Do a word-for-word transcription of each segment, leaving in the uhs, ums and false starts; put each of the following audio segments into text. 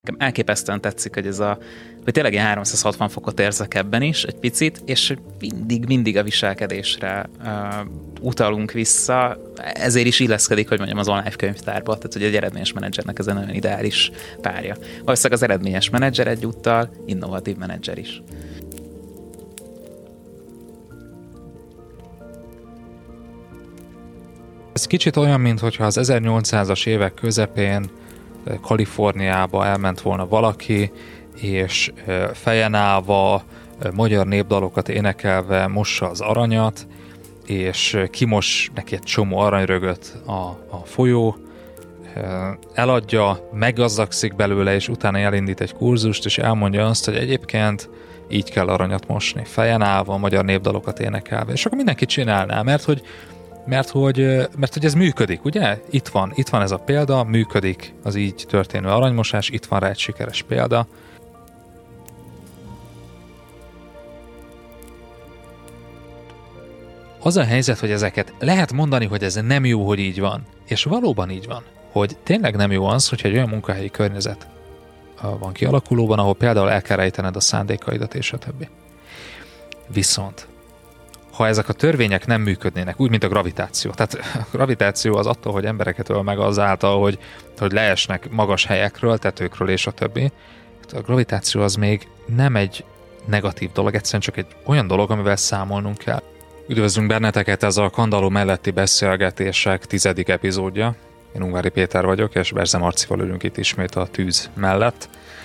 Nekem elképesztően tetszik, hogy ez a, hogy tényleg ilyen háromszázhatvan fokot érzek ebben is, egy picit, és mindig, mindig a viselkedésre uh, utalunk vissza, ezért is illeszkedik, hogy mondjam, az online könyvtárba, tehát hogy egy eredményes menedzsernek ez egy nagyon ideális párja. Valószínűleg az eredményes menedzser egyúttal innovatív menedzser is. Ez kicsit olyan, mintha az ezernyolcszázas évek közepén Kaliforniába elment volna valaki, és fejen állva, magyar népdalokat énekelve mossa az aranyat, és kimos neki egy csomó aranyrögöt a, a folyó, eladja, meggazdagszik belőle, és utána elindít egy kurzust, és elmondja azt, hogy egyébként így kell aranyat mosni, fejen állva, magyar népdalokat énekelve. És akkor mindenki csinálná, mert hogy Mert hogy, mert hogy ez működik, ugye? Itt van, itt van ez a példa, működik az így történő aranymosás, itt van rá egy sikeres példa. Az a helyzet, hogy ezeket lehet mondani, hogy ez nem jó, hogy így van. És valóban így van, hogy tényleg nem jó az, hogyha egy olyan munkahelyi környezet van kialakulóban, ahol például el kell rejtened a szándékaidat és a többi. Viszont ha ezek a törvények nem működnének, úgy, mint a gravitáció. Tehát a gravitáció az attól, hogy embereket öl meg azáltal, hogy, hogy leesnek magas helyekről, tetőkről és a többi. A gravitáció az még nem egy negatív dolog, egyszerűen csak egy olyan dolog, amivel számolnunk kell. Üdvözlünk benneteket, ez a Kandalló melletti beszélgetések tizedik epizódja. Én Ungvári Péter vagyok, és Berze Marcival ülünk itt ismét a tűz mellett.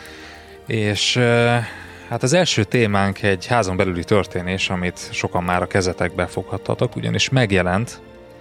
És hát az első témánk egy házon belüli történés, amit sokan már a kezetekbe foghattatok, ugyanis megjelent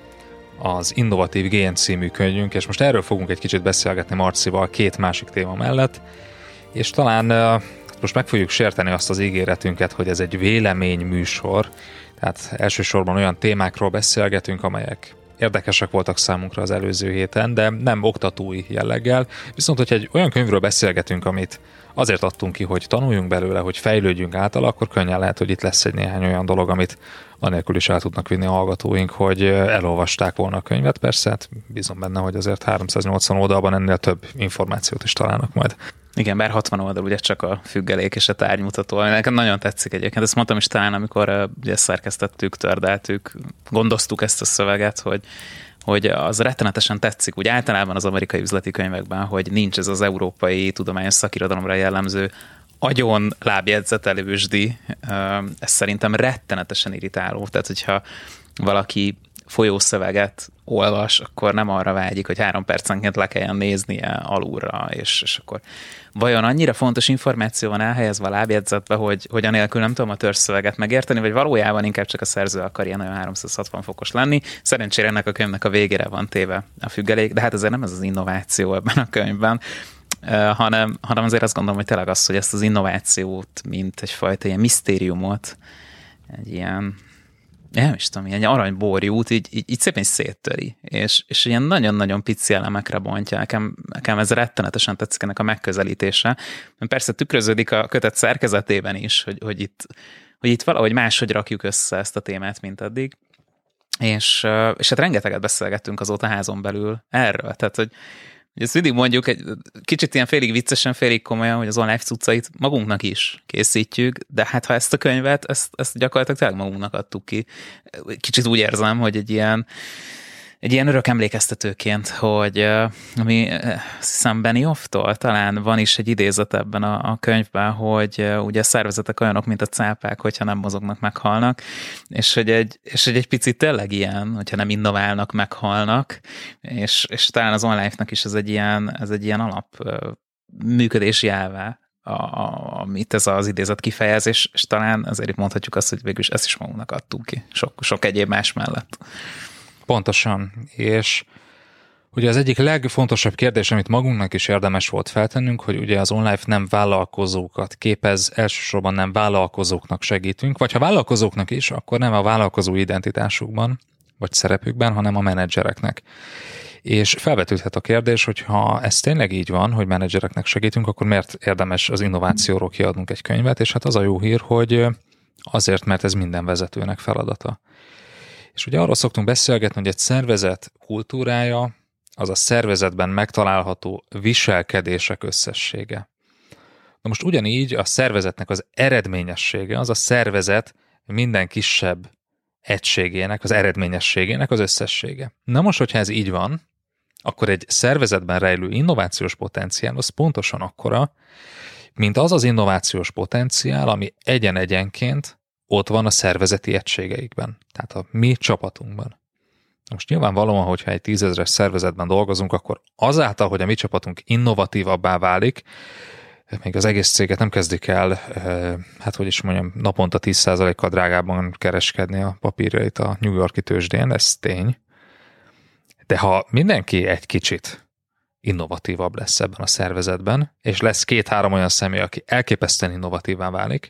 az Innovatív Gén című könyvünk, és most erről fogunk egy kicsit beszélgetni Marcival két másik téma mellett, és talán most meg fogjuk sérteni azt az ígéretünket, hogy ez egy véleményműsor, tehát elsősorban olyan témákról beszélgetünk, amelyek érdekesek voltak számunkra az előző héten, de nem oktatói jelleggel. Viszont, hogyha egy olyan könyvről beszélgetünk, amit azért adtunk ki, hogy tanuljunk belőle, hogy fejlődjünk általa, akkor könnyen lehet, hogy itt lesz egy néhány olyan dolog, amit anélkül is el tudnak vinni a hallgatóink, hogy elolvasták volna a könyvet. Persze, hát bízom benne, hogy azért háromszáznyolcvan oldalban ennél több információt is találnak majd. Igen, bár hatvan oldal ugye csak a függelék és a tárgymutató. Nekem nagyon tetszik egyébként. Ezt mondtam is talán, amikor ugye szerkesztettük, tördeltük, gondoztuk ezt a szöveget, hogy hogy az rettenetesen tetszik, úgy általában az amerikai üzleti könyvekben, hogy nincs ez az európai tudományos szakirodalomra jellemző agyon lábjegyzetelősdi. Ez szerintem rettenetesen irritáló. Tehát, hogyha valaki folyószöveget olvas, akkor nem arra vágyik, hogy három percenként le kelljen néznie alulra, és, és akkor vajon annyira fontos információ van elhelyezve a lábjegyzetbe, hogy, hogy anélkül nem tudom a törzszöveget megérteni, vagy valójában inkább csak a szerző akar ilyen nagyon háromszázhatvan fokos lenni. Szerencsére ennek a könyvnek a végére van téve a függelék, de hát azért nem ez az innováció ebben a könyvben, uh, hanem, hanem azért azt gondolom, hogy tényleg az, hogy ezt az innovációt, mint egyfajta ilyen misztériumot, egy ilyen nem is tudom, ilyen aranyborjút így, így, így szépen széttöri, és, és ilyen nagyon-nagyon pici elemekre bontja. Nekem, nekem ez rettenetesen tetszik ennek a megközelítése. Persze tükröződik a kötet szerkezetében is, hogy, hogy, itt, hogy itt valahogy máshogy rakjuk össze ezt a témát, mint addig. És, és hát rengeteget beszélgettünk azóta házon belül erről. Tehát, hogy ezt mindig mondjuk, egy kicsit ilyen félig viccesen, félig komolyan, hogy az online cuccait magunknak is készítjük, de hát ha ezt a könyvet, ezt, ezt gyakorlatilag tényleg magunknak adtuk ki. Kicsit úgy érzem, hogy egy ilyen, egy ilyen örök emlékeztetőként, hogy ami azt hiszem Benioff-tól talán van is egy idézet ebben a, a könyvben, hogy ugye a szervezetek olyanok, mint a cápák, hogyha nem mozognak, meghalnak, és hogy egy, és hogy egy picit tényleg ilyen, hogyha nem innoválnak, meghalnak, és, és talán az online-nak is ez egy ilyen, ez egy ilyen alap működési elve, a, a, amit ez az idézet kifejez, és, és talán azért mondhatjuk azt, hogy végülis ezt is magunknak adtuk ki, sok, sok egyéb más mellett. Pontosan, és ugye az egyik legfontosabb kérdés, amit magunknak is érdemes volt feltennünk, hogy ugye az online nem vállalkozókat képez, elsősorban nem vállalkozóknak segítünk, vagy ha vállalkozóknak is, akkor nem a vállalkozó identitásukban, vagy szerepükben, hanem a menedzsereknek. És felvetődhet a kérdés, hogy ha ez tényleg így van, hogy menedzsereknek segítünk, akkor miért érdemes az innovációról kiadnunk egy könyvet, és hát az a jó hír, hogy azért, mert ez minden vezetőnek feladata. És ugye arról szoktunk beszélgetni, hogy egy szervezet kultúrája az a szervezetben megtalálható viselkedések összessége. Na most ugyanígy a szervezetnek az eredményessége, az a szervezet minden kisebb egységének, az eredményességének az összessége. Na most, hogyha ez így van, akkor egy szervezetben rejlő innovációs potenciál az pontosan akkora, mint az az innovációs potenciál, ami egyen-egyenként ott van a szervezeti egységeikben, tehát a mi csapatunkban. Most nyilvánvalóan, hogyha egy tízezres szervezetben dolgozunk, akkor azáltal, hogy a mi csapatunk innovatívabbá válik, még az egész céget nem kezdik el, hát hogy is mondjam, naponta tíz százalékkal drágában kereskedni a papírjait a New York-i tőzsdén, ez tény. De ha mindenki egy kicsit innovatívabb lesz ebben a szervezetben, és lesz két-három olyan személy, aki elképesztően innovatívá válik,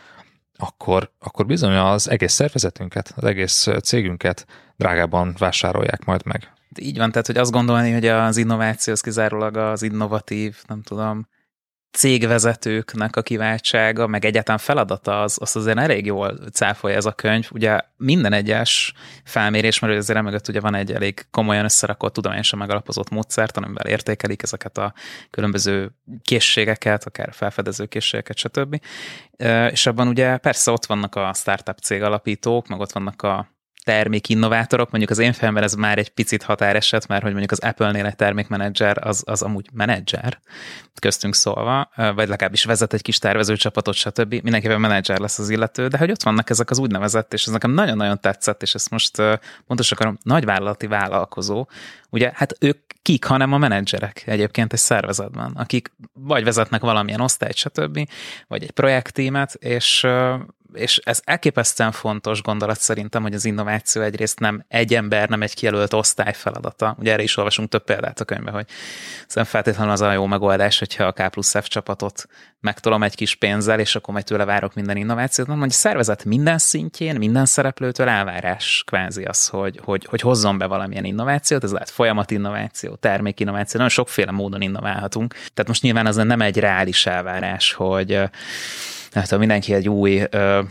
akkor, akkor bizony az egész szervezetünket, az egész cégünket drágában vásárolják majd meg. De így van, tehát hogy azt gondolni, hogy az innováció az kizárólag az innovatív, nem tudom, cégvezetőknek a kiváltsága, meg egyáltalán feladata, az, az azért elég jól cáfolja ez a könyv. Ugye minden egyes felmérés, mert azért emögött ugye van egy elég komolyan összerakott, tudományosan megalapozott módszert, amivel értékelik ezeket a különböző készségeket, akár felfedező készségeket, stb. És abban ugye persze ott vannak a startup cég alapítók, meg ott vannak a termékinnovátorok, mondjuk az én fejemben ez már egy picit határeset, mert hogy mondjuk az Apple-nél egy termékmenedzser az, az amúgy menedzser, köztünk szólva, vagy legalábbis vezet egy kis tervezőcsapatot, stb. Mindenképpen menedzser lesz az illető, de hogy ott vannak ezek az úgynevezett, és ez nekem nagyon-nagyon tetszett, és ezt most pontosan akarom, nagyvállalati vállalkozó, ugye, hát ők kik, hanem a menedzserek egyébként egy szervezetben, akik vagy vezetnek valamilyen osztályt, stb., vagy egy projekttímet, és és ez elképesztően fontos gondolat szerintem, hogy az innováció egyrészt nem egy ember, nem egy kijelölt osztály feladata. Ugye erre is olvasunk több példát a könyvben, hogy szerintem feltétlenül az a jó megoldás, hogyha a K plusz F csapatot megtolom egy kis pénzzel, és akkor majd tőle várok minden innovációt. Nem, hogy a szervezet minden szintjén, minden szereplőtől elvárás kvázi az, hogy, hogy, hogy hozzon be valamilyen innovációt, ez lehet folyamatinnováció, termékinnováció, nagyon sokféle módon innoválhatunk. Tehát most nyilván az nem egy reális elvárás, hogy hát mindenki egy új,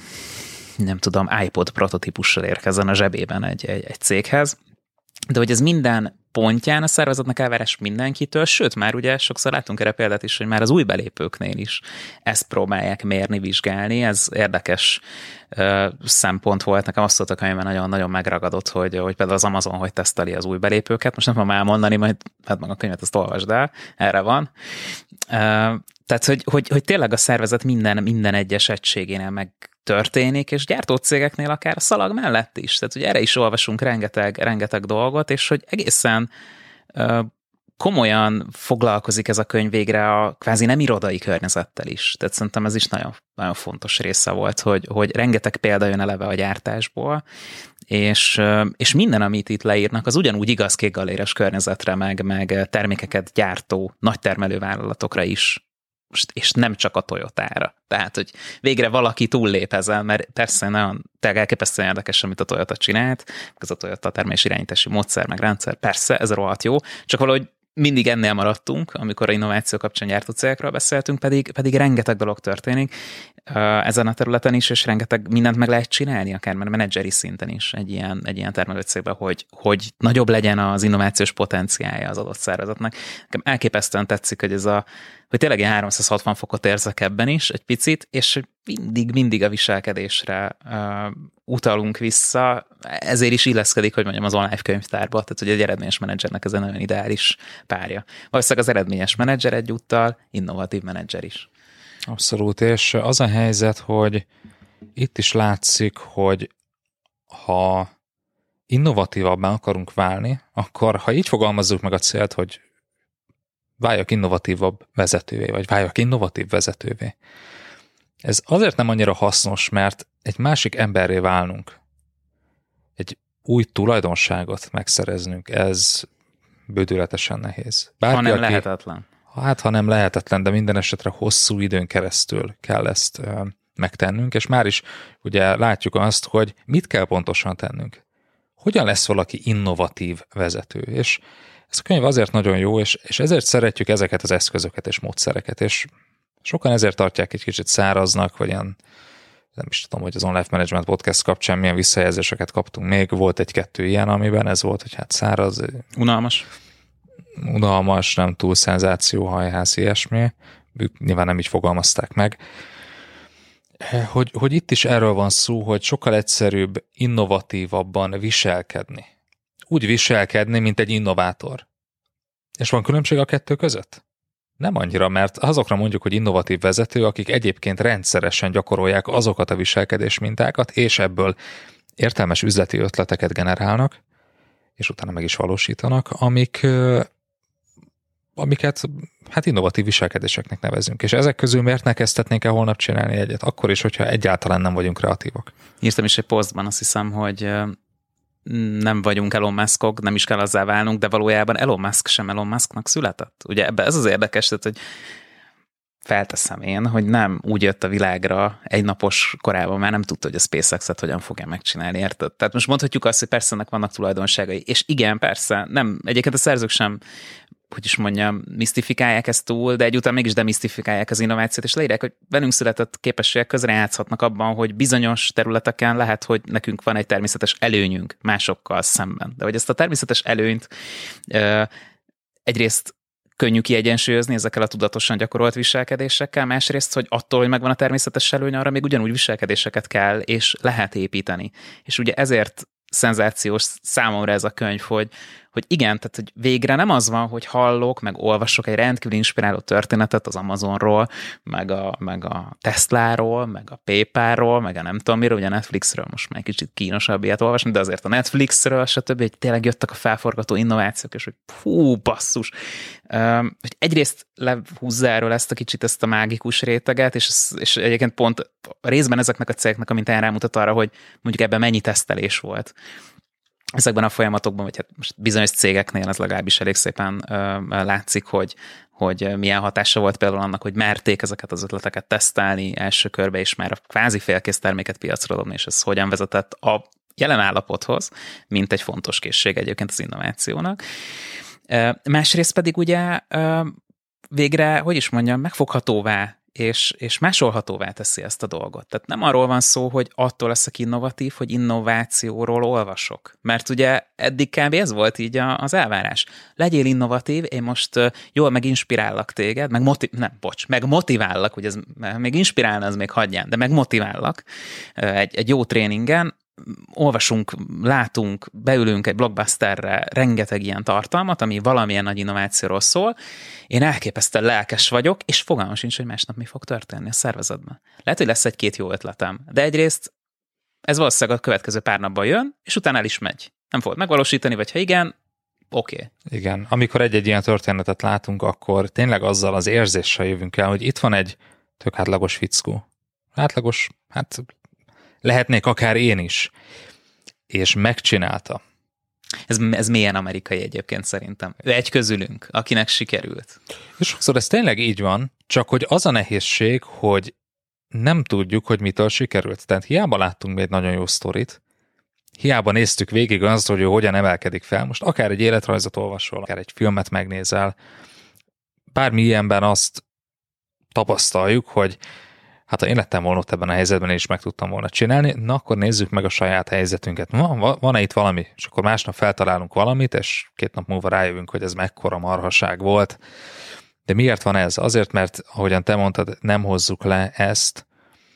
nem tudom, iPod prototípussal érkezzen a zsebében egy, egy, egy céghez, de hogy ez minden pontján a szervezetnek elvárás mindenkitől, sőt, már ugye sokszor látunk erre példát is, hogy már az új belépőknél is ezt próbálják mérni, vizsgálni, ez érdekes uh, szempont volt, nekem azt mondtak, hogy nagyon-nagyon megragadott, hogy, hogy például az Amazon hogy teszteli az új belépőket, most nem fogom elmondani, majd hát meg a könyvet azt olvasd el, erre van. Uh, Tehát, hogy, hogy, hogy tényleg a szervezet minden, minden egyes egységénél meg történik, és gyártócégeknél akár a szalag mellett is. Tehát, hogy erre is olvasunk rengeteg, rengeteg dolgot, és hogy egészen uh, komolyan foglalkozik ez a könyv végre a kvázi nem irodai környezettel is. Tehát szerintem ez is nagyon, nagyon fontos része volt, hogy, hogy rengeteg példa jön eleve a gyártásból, és, és minden, amit itt leírnak, az ugyanúgy igaz kékgaléres környezetre, meg, meg termékeket gyártó nagy termelővállalatokra is, és nem csak a Toyotára. Tehát, hogy végre valaki túllép ezen, mert persze nagyon elképesztően érdekes, amit a Toyota csinált, ez a Toyota termés irányítási módszer, meg rendszer, persze, ez rohadt jó, csak valahogy mindig ennél maradtunk, amikor a innováció kapcsán gyártó cégekről beszéltünk, pedig, pedig rengeteg dolog történik ezen a területen is, és rengeteg mindent meg lehet csinálni, akár már menedzseri szinten is egy ilyen, egy ilyen termelőcégben, hogy, hogy nagyobb legyen az innovációs potenciálja az adott szervezetnek. Nekem elképesztően tetszik, hogy ez a hogy tényleg ilyen háromszázhatvan fokot érzek ebben is egy picit, és mindig, mindig a viselkedésre uh, utalunk vissza, ezért is illeszkedik, hogy mondjam, az online könyvtárba, tehát hogy egy eredményes menedzsernek ez egy nagyon ideális párja. Valószínűleg az eredményes menedzser egyúttal innovatív menedzser is. Abszolút, és az a helyzet, hogy itt is látszik, hogy ha innovatívabbá akarunk válni, akkor ha így fogalmazzuk meg a célt, hogy váljak innovatívabb vezetővé, vagy váljak innovatív vezetővé. Ez azért nem annyira hasznos, mert egy másik emberré válnunk, egy új tulajdonságot megszereznünk, ez bődületesen nehéz. Bárki, ha nem aki, lehetetlen. Hát, ha nem lehetetlen, de minden esetre hosszú időn keresztül kell ezt ö, megtennünk, és már is ugye látjuk azt, hogy mit kell pontosan tennünk. Hogyan lesz valaki innovatív vezető, és ez a könyv azért nagyon jó, és, és ezért szeretjük ezeket az eszközöket és módszereket, és sokan ezért tartják egy kicsit száraznak, vagy ilyen, nem is tudom, hogy az Online Management Podcast kapcsán milyen visszajelzéseket kaptunk még, volt egy-kettő ilyen, amiben ez volt, hogy hát száraz. Unalmas. unalmas, nem túl szenzációhajház, ilyesmi. Ők nyilván nem így fogalmazták meg. Hogy, hogy itt is erről van szó, hogy sokkal egyszerűbb, innovatívabban viselkedni. Úgy viselkedni, mint egy innovátor. És van különbség a kettő között? Nem annyira, mert azokra mondjuk, hogy innovatív vezető, akik egyébként rendszeresen gyakorolják azokat a viselkedés mintákat, és ebből értelmes üzleti ötleteket generálnak, és utána meg is valósítanak, amik, amiket hát innovatív viselkedéseknek nevezünk. És ezek közül miért ne kezdhetnénk el holnap csinálni egyet? Akkor is, hogyha egyáltalán nem vagyunk kreatívak. Írtam is egy posztban, azt hiszem, hogy nem vagyunk Elon Muskok, nem is kell azzá válnunk, de valójában Elon Musk sem Elon Musknak született. Ugye ebbe ez az érdekes, tehát, hogy felteszem én, hogy nem úgy jött a világra egy napos korában, már nem tudta, hogy a SpaceX-et hogyan fogja megcsinálni, érted? Tehát most mondhatjuk azt, hogy persze ennek vannak tulajdonságai, és igen, persze, nem, egyébként a szerzők sem, hogy is mondjam, misztifikálják ezt túl, de egyúttal mégis demisztifikálják az innovációt, és leírják, hogy velünk született képességek közrejátszhatnak abban, hogy bizonyos területeken lehet, hogy nekünk van egy természetes előnyünk másokkal szemben. De hogy ezt a természetes előnyt ö, egyrészt könnyű kiegyensúlyozni ezekkel a tudatosan gyakorolt viselkedésekkel, másrészt, hogy attól, hogy megvan a természetes előny, arra még ugyanúgy viselkedéseket kell, és lehet építeni. És ugye ezért szenzációs számomra ez a könyv, hogy, hogy igen, tehát hogy végre nem az van, hogy hallok, meg olvasok egy rendkívül inspiráló történetet az Amazonról, meg a, meg a Tesláról, meg a PayPalról, meg a nem tudom miről, ugye a Netflixről most már egy kicsit kínosabb ilyet olvasni, de azért a Netflixről, stb., hogy tényleg jöttek a felforgató innovációk, és hogy hú, basszus. Hogy egyrészt lehúzza erről ezt a kicsit, ezt a mágikus réteget, és, és egyébként pont részben ezeknek a cégeknek, amint rámutat arra, hogy mondjuk ebben mennyi tesztelés volt. Ezekben a folyamatokban, vagy hát most bizonyos cégeknél ez legalábbis elég szépen ö, látszik, hogy, hogy milyen hatása volt például annak, hogy merték ezeket az ötleteket tesztelni első körbe, és már a kvázi félkész terméket piacra dobni, és ez hogyan vezetett a jelen állapothoz, mint egy fontos készség egyébként az innovációnak. Másrészt pedig ugye végre, hogy is mondjam, megfoghatóvá és, és másolhatóvá teszi ezt a dolgot. Tehát nem arról van szó, hogy attól leszek innovatív, hogy innovációról olvasok. Mert ugye eddig kb. Ez volt így az elvárás. Legyél innovatív, én most jól meginspirállak téged, meg motiv- nem, bocs, meg motivállak, ugye ez még inspirálna, az még hagyján, de meg motivállak egy, egy jó tréningen, olvasunk, látunk, beülünk egy blockbusterre rengeteg ilyen tartalmat, ami valamilyen nagy innovációról szól, én elképesztően lelkes vagyok, és fogalmam sincs, hogy másnap mi fog történni a szervezetben. Lehet, hogy lesz egy-két jó ötletem, de egyrészt ez valószínűleg a következő pár napban jön, és utána el is megy. Nem fogod megvalósítani, vagy ha igen, oké. Okay. Igen, amikor egy-egy ilyen történetet látunk, akkor tényleg azzal az érzéssel jövünk el, hogy itt van egy tök átlagos fickó. Átlagos, hát lehetnék akár én is, és megcsinálta. Ez, ez mélyen amerikai egyébként szerintem. Ő egy közülünk, akinek sikerült. És sokszor ez tényleg így van, csak hogy az a nehézség, hogy nem tudjuk, hogy mitől sikerült. Tehát hiába láttunk még egy nagyon jó sztorit, hiába néztük végig azt, hogy ő hogyan emelkedik fel. Most akár egy életrajzot olvasol, akár egy filmet megnézel, bármi ilyenben azt tapasztaljuk, hogy hát ha én lettem volna ott ebben a helyzetben, én is meg tudtam volna csinálni, na akkor nézzük meg a saját helyzetünket. Van, van-e itt valami? És akkor másnap feltalálunk valamit, és két nap múlva rájövünk, hogy ez mekkora marhaság volt. De miért van ez? Azért, mert ahogyan te mondtad, nem hozzuk le ezt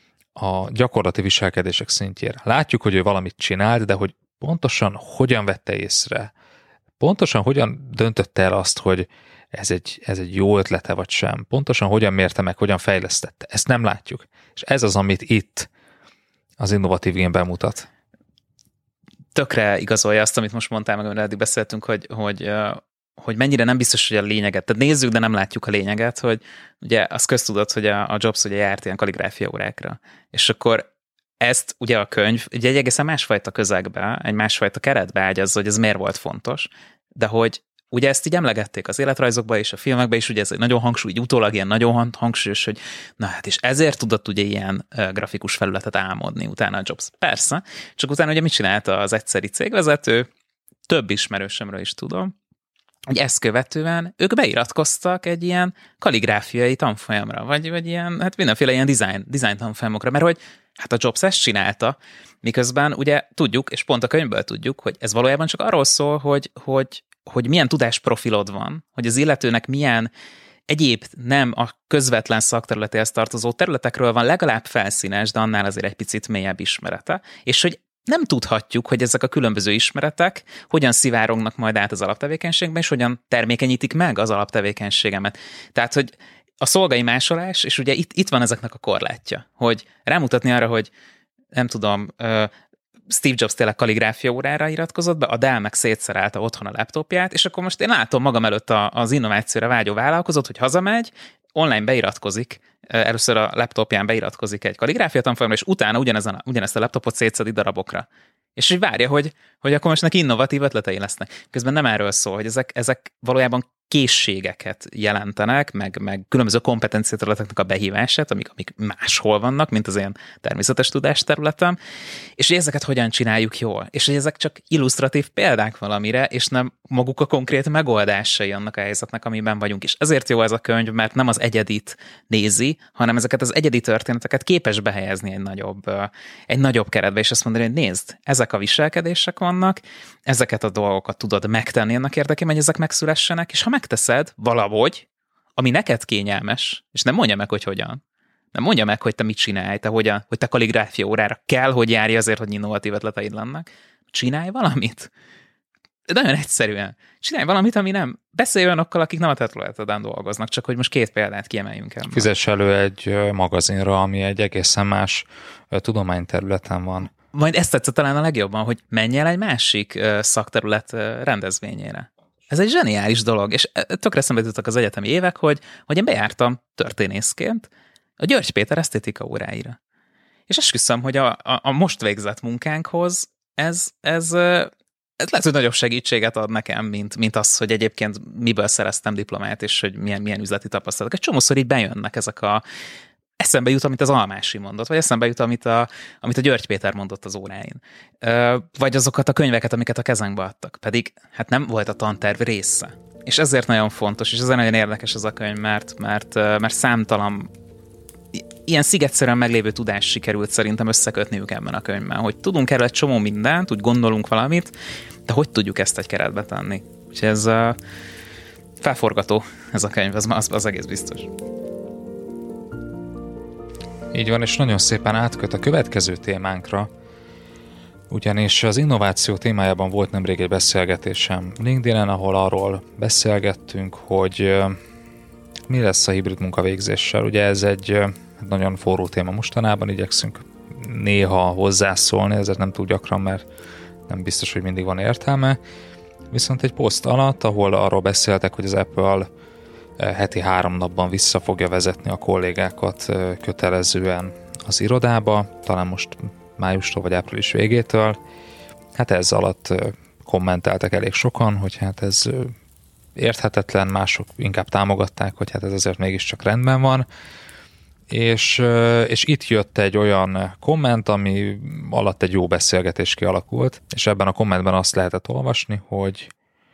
a gyakorlati viselkedések szintjére. Látjuk, hogy ő valamit csinált, de hogy pontosan hogyan vette észre, pontosan hogyan döntötte el azt, hogy ez egy, ez egy jó ötlete vagy sem. Pontosan hogyan mérte meg, hogyan fejlesztette. Ezt nem látjuk. És ez az, amit itt az innovatív gémben mutat. Tökre igazolja azt, amit most mondtál, meg amiről eddig beszéltünk, hogy, hogy, hogy mennyire nem biztos, hogy a lényeget. Tehát nézzük, de nem látjuk a lényeget, hogy ugye az köztudott, hogy a, a Jobs ugye járt ilyen kalligráfia órákra. És akkor ezt ugye a könyv ugye egy egészen másfajta közegbe, egy másfajta keretbe ágyazza, hogy ez miért volt fontos, de hogy ugye ezt így emlegették az életrajzokban és a filmekben is, ugye ez egy nagyon hangsúly, így utólag ilyen nagyon hangsúlyos, hogy na hát és ezért tudott ugye ilyen uh, grafikus felületet álmodni utána a Jobs. Persze, csak utána ugye mit csinálta az egyszeri cégvezető, több ismerősömről is tudom, hogy ezt követően ők beiratkoztak egy ilyen kalligráfiai tanfolyamra, vagy, vagy ilyen, hát mindenféle ilyen design, design tanfolyamokra, mert hogy hát a Jobs ezt csinálta, miközben ugye tudjuk, és pont a könyvből tudjuk, hogy ez valójában csak arról szól, hogy, hogy hogy milyen tudásprofilod van, hogy az illetőnek milyen egyéb nem a közvetlen szakterületéhez tartozó területekről van legalább felszínes, de annál azért egy picit mélyebb ismerete, és hogy nem tudhatjuk, hogy ezek a különböző ismeretek hogyan szivárognak majd át az alaptevékenységbe, és hogyan termékenyítik meg az alaptevékenységemet. Tehát, hogy a szolgai másolás, és ugye itt, itt van ezeknek a korlátja, hogy rámutatni arra, hogy nem tudom, Steve Jobs tényleg kalligráfia órára iratkozott be, a Dell meg szétszerelte otthon a laptopját, és akkor most én látom magam előtt az innovációra vágyó vállalkozót, hogy hazamegy, online beiratkozik, először a laptopján beiratkozik egy kalligráfia tanfolyamra, és utána ugyanezen, ugyanezt a laptopot szétszedi darabokra. És így várja, hogy, hogy akkor most neki innovatív ötletei lesznek. Közben nem erről szól, hogy ezek, ezek valójában készségeket jelentenek, meg, meg különböző kompetenciaterületeknek a behívását, amik, amik máshol vannak, mint az ilyen természetes tudásterületem, és hogy ezeket hogyan csináljuk jól. És hogy ezek csak illusztratív példák valamire, és nem maguk a konkrét megoldásai annak a helyzetnek, amiben vagyunk. És ezért jó ez a könyv, mert nem az egyedit nézi, hanem ezeket az egyedi történeteket képes behelyezni egy nagyobb, egy nagyobb keretbe, és azt mondani, hogy nézd, ezek a viselkedések vannak, ezeket a dolgokat tudod megtenni annak érdekében, hogy ezek megszülessenek, és ha megteszed valahogy, ami neked kényelmes, és nem mondja meg, hogy hogyan. Nem mondja meg, hogy te mit csinálj, te hogyan, hogy te kalligráfia órára kell, hogy járj azért, hogy innovatív ötleteid lennek. Csinálj valamit. De nagyon egyszerűen. Csinálj valamit, ami nem. Beszélj olyanokkal, akik nem a te területeden dolgoznak, csak hogy most két példát kiemeljünk el. Fizess elő egy magazinra, ami egy egészen más tudományterületen van. Majd ezt tetszett talán a legjobban, hogy menj el egy másik szakterület rendezvényére. Ez egy zseniális dolog, és tökre eszembe jutottak az egyetemi évek, hogy, hogy én bejártam történészként a György Péter esztétika óráira. És esküszöm, hogy a, a, a most végzett munkánkhoz ez, ez, ez lehet, hogy nagyobb segítséget ad nekem, mint, mint az, hogy egyébként miből szereztem diplomát, és hogy milyen, milyen üzleti tapasztalatok. Egy csomószor így bejönnek ezek a eszembe jut, amit az Almási mondott, vagy eszembe jut, amit a, amit a György Péter mondott az óráin. Vagy azokat a könyveket, amiket a kezünkbe adtak. Pedig hát nem volt a tanterv része. És ezért nagyon fontos, és ezért nagyon érdekes ez a könyv, mert, mert, mert számtalan ilyen szigetszerűen meglévő tudást sikerült szerintem összekötniük ebben a könyvben, hogy tudunk erről egy csomó mindent, úgy gondolunk valamit, de hogy tudjuk ezt egy keretbe tenni. Úgyhogy ez uh, felforgató ez a könyv, az, az, az egész biztos. Így van, és nagyon szépen átköt a következő témánkra, ugyanis az innováció témájában volt nemrég egy beszélgetésem LinkedIn-en, ahol arról beszélgettünk, hogy mi lesz a hibrid munkavégzéssel. Ugye ez egy nagyon forró téma mostanában, igyekszünk néha hozzászólni, ezért nem túl gyakran, mert nem biztos, hogy mindig van értelme. Viszont egy poszt alatt, ahol arról beszéltek, hogy az Apple heti három napban vissza fogja vezetni a kollégákat kötelezően az irodába, talán most májustól vagy április végétől. Hát ez alatt kommenteltek elég sokan, hogy hát ez érthetetlen, mások inkább támogatták, hogy hát ez azért mégiscsak rendben van. És, és itt jött egy olyan komment, ami alatt egy jó beszélgetés kialakult, és ebben a kommentben azt lehetett olvasni, hogy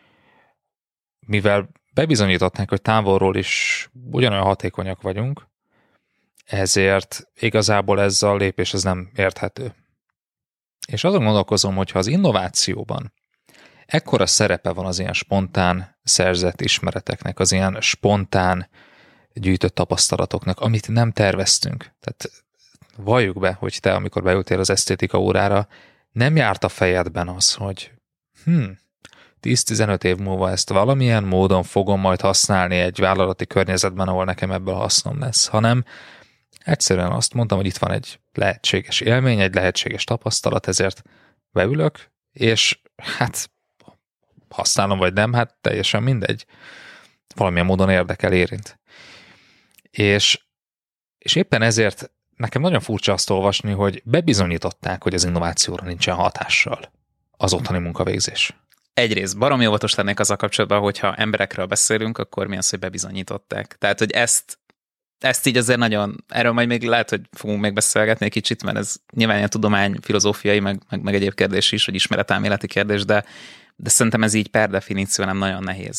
mivel bebizonyították, hogy távolról is ugyanolyan hatékonyak vagyunk, ezért igazából ez a lépés ez nem érthető. És azon gondolkozom, hogyha az innovációban ekkora szerepe van az ilyen spontán szerzett ismereteknek, az ilyen spontán gyűjtött tapasztalatoknak, amit nem terveztünk. Tehát valljuk be, hogy te, amikor beültél az esztétika órára, nem járt a fejedben az, hogy hm, tíz-tizenöt év múlva ezt valamilyen módon fogom majd használni egy vállalati környezetben, ahol nekem ebből hasznom lesz, hanem egyszerűen azt mondtam, hogy itt van egy lehetséges élmény, egy lehetséges tapasztalat, ezért beülök, és hát használom vagy nem, hát teljesen mindegy. Valamilyen módon érdekel, érint. És, és éppen ezért nekem nagyon furcsa azt olvasni, hogy bebizonyították, hogy az innovációra nincsen hatással az otthoni munkavégzés. Egyrészt baromi óvatos lennék azzal kapcsolatban, hogyha emberekről beszélünk, akkor mi az, hogy bebizonyították. Tehát, hogy ezt, ezt így azért nagyon, erről majd még lehet, hogy fogunk még beszélgetni egy kicsit, mert ez nyilván ilyen tudomány, filozófiai, meg, meg, meg egyéb kérdés is, vagy ismeretelméleti kérdés, de, de szerintem ez így per definíció nem nagyon nehéz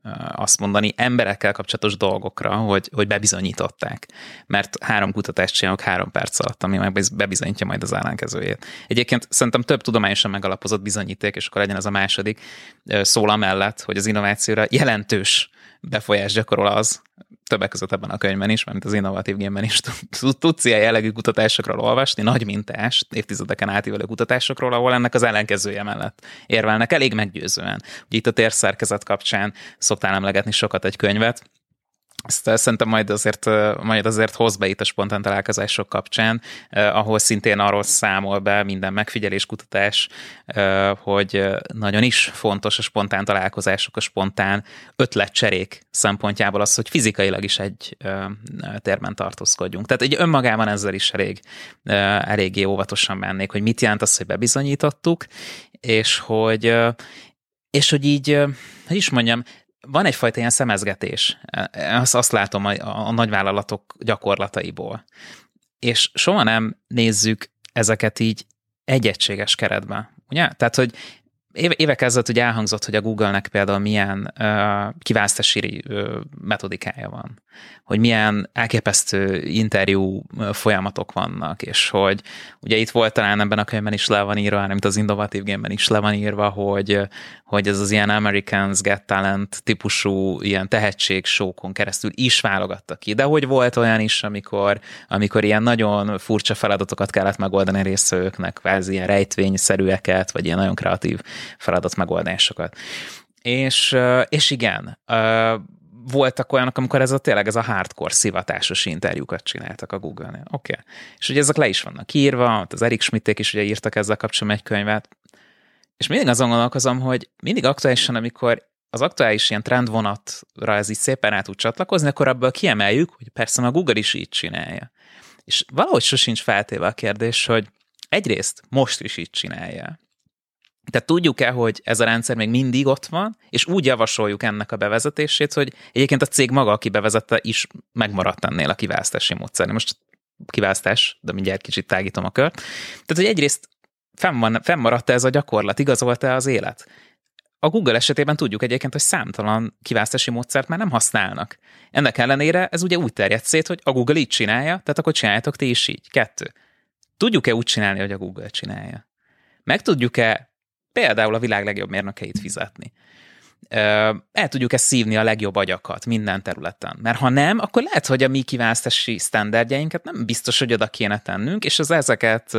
azt mondani emberekkel kapcsolatos dolgokra, hogy, hogy bebizonyították. Mert három kutatást csinálok három perc alatt, ami meg bebizonyítja majd az ellenkezőjét. Egyébként szerintem több tudományosan megalapozott bizonyíték, és akkor legyen az a második, szól amellett, hogy az innovációra jelentős befolyás gyakorol az, többek között ebben a könyvben is, mert az innovatív gémben is tudsz ilyen jellegű kutatásokról olvasni, nagy mintás, évtizedeken átívelő kutatásokról, ahol ennek az ellenkezője mellett érvelnek elég meggyőzően. Ugye itt a térszerkezet kapcsán szoktál emlegetni sokat egy könyvet, ezt szerintem majd azért, majd azért hoz be itt a spontán találkozások kapcsán, eh, ahol szintén arról számol be minden megfigyeléskutatás, eh, hogy nagyon is fontos a spontán találkozások, a spontán ötletcserék szempontjából az, hogy fizikailag is egy eh, térben tartózkodjunk. Tehát egy önmagában ezzel is elég, eh, eléggé óvatosan mennék, hogy mit jelent az, hogy bebizonyítottuk, és hogy, eh, és hogy így, eh, hogy is mondjam, van egyfajta ilyen szemezgetés, azt, azt látom a, a nagyvállalatok gyakorlataiból. És soha nem nézzük ezeket így egy egységes keretben. Ugye? Tehát, hogy évek ezelőtt ugye elhangzott, hogy a Google-nek például milyen uh, kiválasztási uh, metodikája van, hogy milyen elképesztő interjú folyamatok vannak, és hogy ugye itt volt talán ebben a könyvben is le van írva, hanem itt az innovatív gémben is le van írva, hogy, hogy ez az ilyen Americans Got Talent típusú ilyen tehetségsókon keresztül is válogattak ki, de hogy volt olyan is, amikor, amikor ilyen nagyon furcsa feladatokat kellett megoldani résztvevőknek, kvázi ilyen rejtvényszerűeket, vagy ilyen nagyon kreatív feladat megoldásokat. És, és igen, voltak olyanok, amikor ez a tényleg ez a hardcore szivatásos interjúkat csináltak a Google-nél. Oké. Okay. És ugye ezek le is vannak írva, az Eric Schmidték is ugye írtak ezzel kapcsolatban egy könyvet, és mindig azon gondolkozom, hogy mindig aktuálisan, amikor az aktuális ilyen trendvonatra ez így szépen rá tud csatlakozni, akkor abból kiemeljük, hogy persze a Google is így csinálja. És valahogy sosincs feltéve a kérdés, hogy egyrészt most is így csinálja. Tehát tudjuk-e, hogy ez a rendszer még mindig ott van, és úgy javasoljuk ennek a bevezetését, hogy egyébként a cég maga, aki bevezette, is megmaradt ennél a kiválasztási módszer. Most kiválasztás, de mindjárt kicsit tágítom a kört. Tehát, hogy egyrészt fennmaradt-e ez a gyakorlat, igazolta-e az élet? A Google esetében tudjuk egyébként, hogy számtalan kiválasztási módszert már nem használnak. Ennek ellenére ez ugye úgy terjed szét, hogy a Google így csinálja, tehát akkor csináljátok ti is így. Kettő. Tudjuk-e úgy csinálni, hogy a Google csinálja? Meg tudjuk-e például a világ legjobb mérnökeit fizetni? El tudjuk-e szívni a legjobb agyakat minden területen? Mert ha nem, akkor lehet, hogy a mi kiválasztási sztenderdjeinket nem biztos, hogy oda kéne tennünk, és az ezeket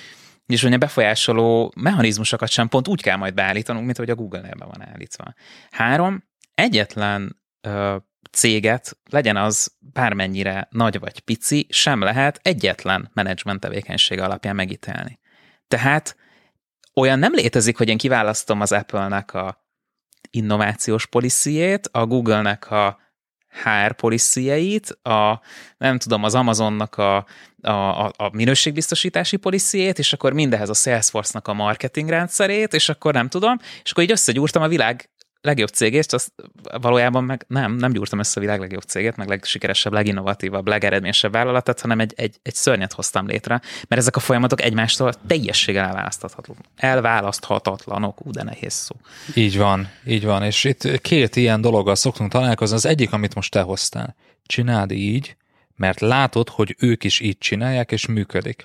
és ugye befolyásoló mechanizmusokat sem pont úgy kell majd beállítanunk, mint hogy a Google-nél be van állítva. Három, egyetlen ö, céget, legyen az bármennyire nagy vagy pici, sem lehet egyetlen menedzsment tevékenység alapján megítélni. Tehát olyan nem létezik, hogy én kiválasztom az Apple-nek a innovációs policyjét, a Google-nek a há er policyjeit, a, nem tudom, az Amazonnak a, a, a minőségbiztosítási policyjét, és akkor mindehez a Salesforce-nak a marketing rendszerét, és akkor nem tudom, és akkor így összegyúrtam a világ legjobb cégét, azt valójában meg nem, nem gyúrtam össze a világ legjobb cégét, meg legsikeresebb, leginnovatívabb, legeredményesebb vállalatát, hanem egy, egy, egy szörnyet hoztam létre, mert ezek a folyamatok egymástól teljességgel elválaszthatatlanok. Elválaszthatatlanok, ú, de nehéz szó. Így van, így van, és itt két ilyen dologgal szoktunk találkozni. Az egyik, amit most te hoztál. Csináld így, mert látod, hogy ők is így csinálják, és működik.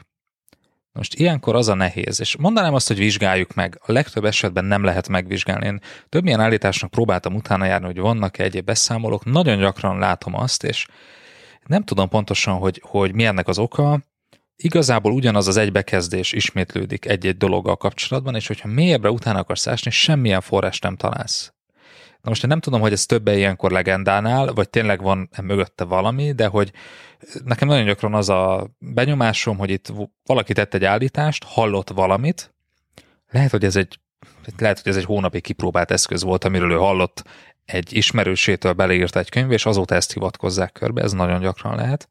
Most ilyenkor az a nehéz, és mondanám azt, hogy vizsgáljuk meg. A legtöbb esetben nem lehet megvizsgálni. Én több ilyen állításnak próbáltam utána járni, hogy vannak-e egyéb beszámolók. Nagyon gyakran látom azt, és nem tudom pontosan, hogy, hogy mi ennek az oka. Igazából ugyanaz az egybekezdés ismétlődik egy-egy dologgal kapcsolatban, és hogyha mélyebbre utána akarsz ásni, semmilyen forrást nem találsz. Na most én nem tudom, hogy ez többen ilyenkor legendánál, vagy tényleg van mögötte valami, de hogy nekem nagyon gyakran az a benyomásom, hogy itt valaki tett egy állítást, hallott valamit, lehet, hogy ez egy, lehet, hogy ez egy hónapig kipróbált eszköz volt, amiről ő hallott egy ismerősétől, beleírt egy könyv, és azóta ezt hivatkozzák körbe, ez nagyon gyakran lehet.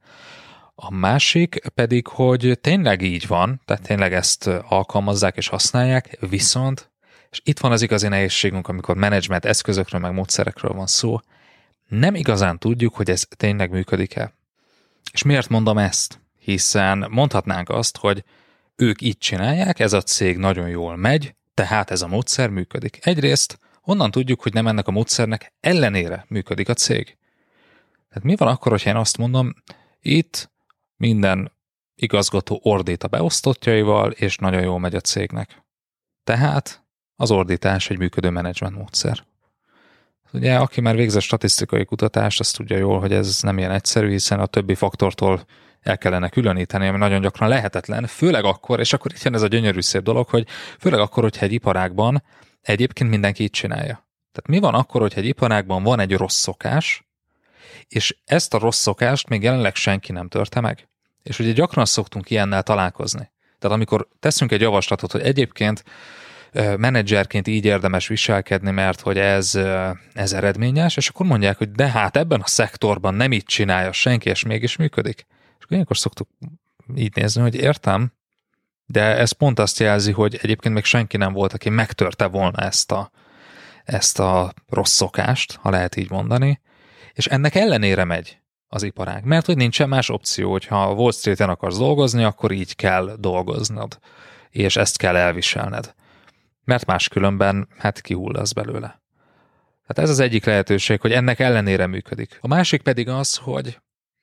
A másik pedig, hogy tényleg így van, tehát tényleg ezt alkalmazzák és használják, viszont és itt van az igazi nehézségünk, amikor menedzsment eszközökről, meg módszerekről van szó. Nem igazán tudjuk, hogy ez tényleg működik-e. És miért mondom ezt? Hiszen mondhatnánk azt, hogy ők így csinálják, ez a cég nagyon jól megy, tehát ez a módszer működik. Egyrészt Honnan tudjuk, hogy nem ennek a módszernek ellenére működik a cég? Tehát mi van akkor, hogyha én azt mondom, itt minden igazgató ordít a beosztottjaival, és nagyon jól megy a cégnek. Tehát az ordítás egy működő menedzsment módszer. Ugye, aki már végzett statisztikai kutatást, azt tudja jól, hogy ez nem ilyen egyszerű, hiszen a többi faktortól el kellene különíteni, ami nagyon gyakran lehetetlen, főleg akkor, és akkor itt jön ez a gyönyörű szép dolog, hogy főleg akkor, hogyha egy iparágban egyébként mindenki így csinálja. Tehát mi van akkor, hogyha egy iparágban van egy rossz szokás, és ezt a rossz szokást még jelenleg senki nem törte meg? És ugye gyakran szoktunk ilyennel találkozni. Tehát amikor teszünk egy javaslatot, hogy egyébként menedzserként így érdemes viselkedni, mert hogy ez, ez eredményes, és akkor mondják, hogy de hát ebben a szektorban nem így csinálja senki, és mégis működik. És akkor ilyenkor szoktuk így nézni, hogy értem, de ez pont azt jelzi, hogy egyébként még senki nem volt, aki megtörte volna ezt a, ezt a rossz szokást, ha lehet így mondani, és ennek ellenére megy az iparág. Mert hogy nincsen más opció, hogyha Wall Streeten akarsz dolgozni, akkor így kell dolgoznod, és ezt kell elviselned. Mert máskülönben hát kihullasz belőle. Hát ez az egyik lehetőség, hogy ennek ellenére működik. A másik pedig az, hogy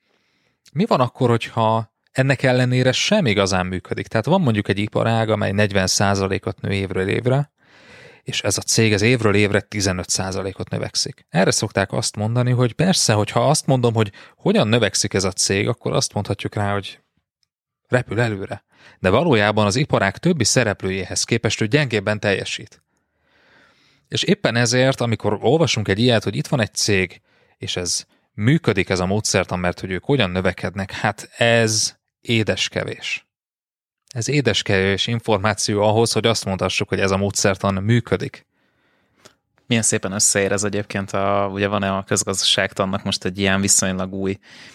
mi van akkor, hogyha ennek ellenére sem igazán működik. Tehát van mondjuk egy iparág, amely negyven százalékot nő évről évre, és ez a cég az évről évre tizenöt százalékot növekszik. Erre szokták azt mondani, hogy persze, hogyha azt mondom, hogy hogyan növekszik ez a cég, akkor azt mondhatjuk rá, hogy repül előre. De valójában az iparág többi szereplőjéhez képest ő gyengébben teljesít. És éppen ezért, amikor olvasunk egy ilyet, hogy itt van egy cég, és ez működik ez a módszertan, mert hogy ők hogyan növekednek, hát ez édeskevés. Ez édeskevés információ ahhoz, hogy azt mondhassuk, hogy ez a módszertan működik. Milyen szépen összeér ez egyébként, a, ugye van-e a közgazdaságtannak most egy ilyen viszonylag új,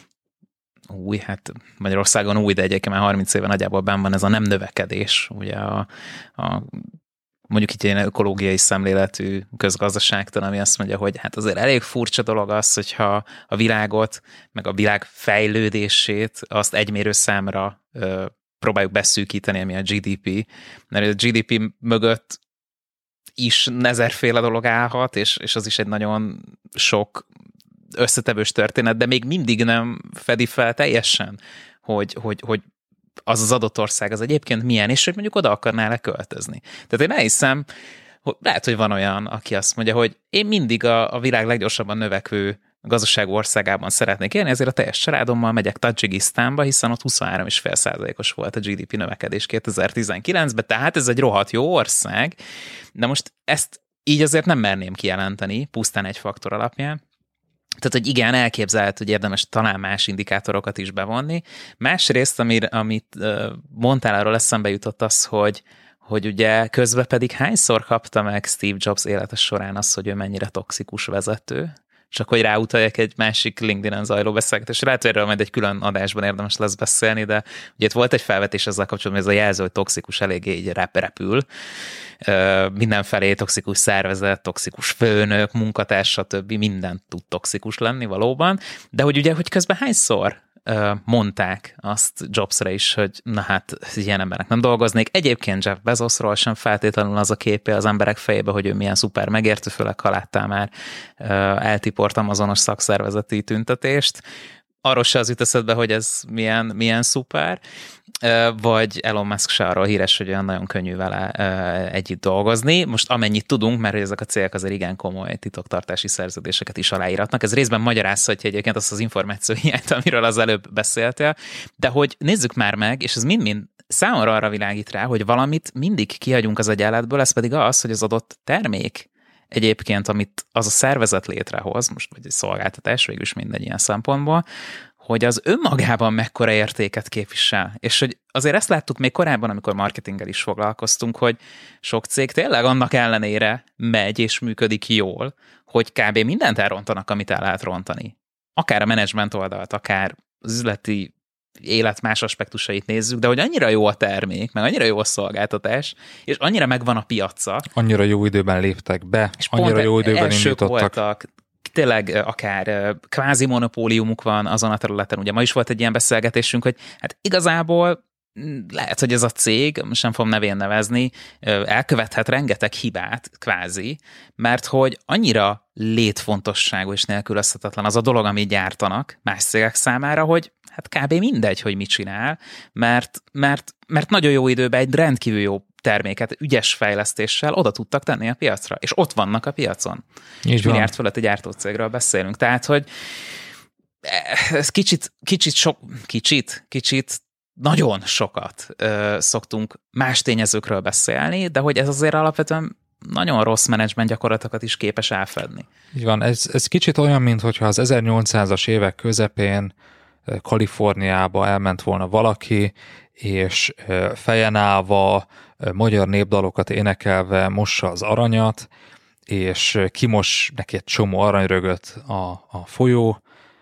új, hát Magyarországon új, de egyébként már harminc éve nagyjából benn van ez a nem növekedés, ugye a, a mondjuk itt egy ökológiai szemléletű közgazdaságtan, ami azt mondja, hogy hát azért elég furcsa dolog az, hogyha a világot, meg a világ fejlődését azt egymérő számra ö, próbáljuk beszűkíteni, ami a gé dé pé, mert a gé dé pé mögött is ezerféle dolog állhat, és, és az is egy nagyon sok összetevős történet, de még mindig nem fedi fel teljesen, hogy, hogy, hogy az az adott ország az egyébként milyen, és hogy mondjuk oda akarnál-e költözni. Tehát én elhiszem, hogy lehet, hogy van olyan, aki azt mondja, hogy én mindig a, a világ leggyorsabban növekvő gazdaságú országában szeretnék élni, ezért a teljes családommal megyek Tadzsikisztánba, hiszen ott huszonhárom egész öt százalékos volt a gé dé pé növekedés kétezer-tizenkilencben, tehát ez egy rohadt jó ország, de most ezt így azért nem merném kijelenteni, pusztán egy faktor alapján. Tehát, hogy igen, elképzelhető, hogy érdemes talán más indikátorokat is bevonni. Másrészt, amit, amit mondtál, arról eszembe jutott az, hogy, hogy ugye közben pedig hányszor kapta meg Steve Jobs élete során az, hogy ő mennyire toxikus vezető, csak hogy ráutaljak egy másik LinkedIn-en zajló beszélgetésre. Lehet, hogy erről majd egy külön adásban érdemes lesz beszélni, de ugye itt volt egy felvetés ezzel kapcsolatban, hogy ez a jelző, hogy toxikus eléggé így repül. Mindenfelé toxikus szervezet, toxikus főnök, munkatárs, stb. Minden tud toxikus lenni valóban, de hogy ugye, hogy közben hányszor mondták azt Jobsra is, hogy na hát ilyen embernek nem dolgoznék. Egyébként Jeff Bezosról sem feltétlenül az a képe az emberek fejébe, hogy ő milyen szuper megértő, főleg ha láttál már eltiport amazonos szakszervezeti tüntetést. Arról se az jut eszedbe, hogy ez milyen, milyen szuper, vagy Elon Musk se arról híres, hogy olyan nagyon könnyű vele együtt dolgozni. Most amennyit tudunk, mert ezek a cégek azért igen komoly titoktartási szerződéseket is aláíratnak. Ez részben magyarázhatja egyébként azt az információ hiányt, amiről az előbb beszéltél, de hogy nézzük már meg, és ez mind-mind számomra arra világít rá, hogy valamit mindig kihagyunk az egyenletből, ez pedig az, hogy az adott termék egyébként, amit az a szervezet létrehoz, most vagy egy szolgáltatás, végül is mindegy ilyen szempontból, hogy az önmagában mekkora értéket képvisel. És hogy azért ezt láttuk még korábban, amikor marketinggel is foglalkoztunk, hogy sok cég tényleg annak ellenére megy és működik jól, hogy kb. Mindent elrontanak, amit el lehet rontani. Akár a menedzsment oldalt, akár az üzleti élet más aspektusait nézzük, de hogy annyira jó a termék, meg annyira jó a szolgáltatás, és annyira megvan a piaca. Annyira jó időben léptek be, és annyira jó időben indítottak. Voltak, tényleg akár kvázi monopóliumuk van azon a területen. Ugye ma is volt egy ilyen beszélgetésünk, hogy hát igazából lehet, hogy ez a cég, most nem fogom nevén nevezni, elkövethet rengeteg hibát, kvázi, mert hogy annyira létfontosságú és nélkülözhetetlen az a dolog, amit gyártanak más cégek számára, hogy hát kb. Mindegy, hogy mit csinál, mert, mert, mert nagyon jó időben egy rendkívül jó terméket ügyes fejlesztéssel oda tudtak tenni a piacra, és ott vannak a piacon. Így milliárd fölötti gyártócégről beszélünk. Tehát, hogy ez kicsit, kicsit sok, kicsit, kicsit nagyon sokat ö, szoktunk más tényezőkről beszélni, de hogy ez azért alapvetően nagyon rossz menedzsment gyakorlatokat is képes elfedni. Így van, ez, ez kicsit olyan, mintha az ezernyolcszázas évek közepén Kaliforniába elment volna valaki, és fejen állva, magyar népdalokat énekelve mossa az aranyat, és kimos neki egy csomó aranyrögöt a, a folyó,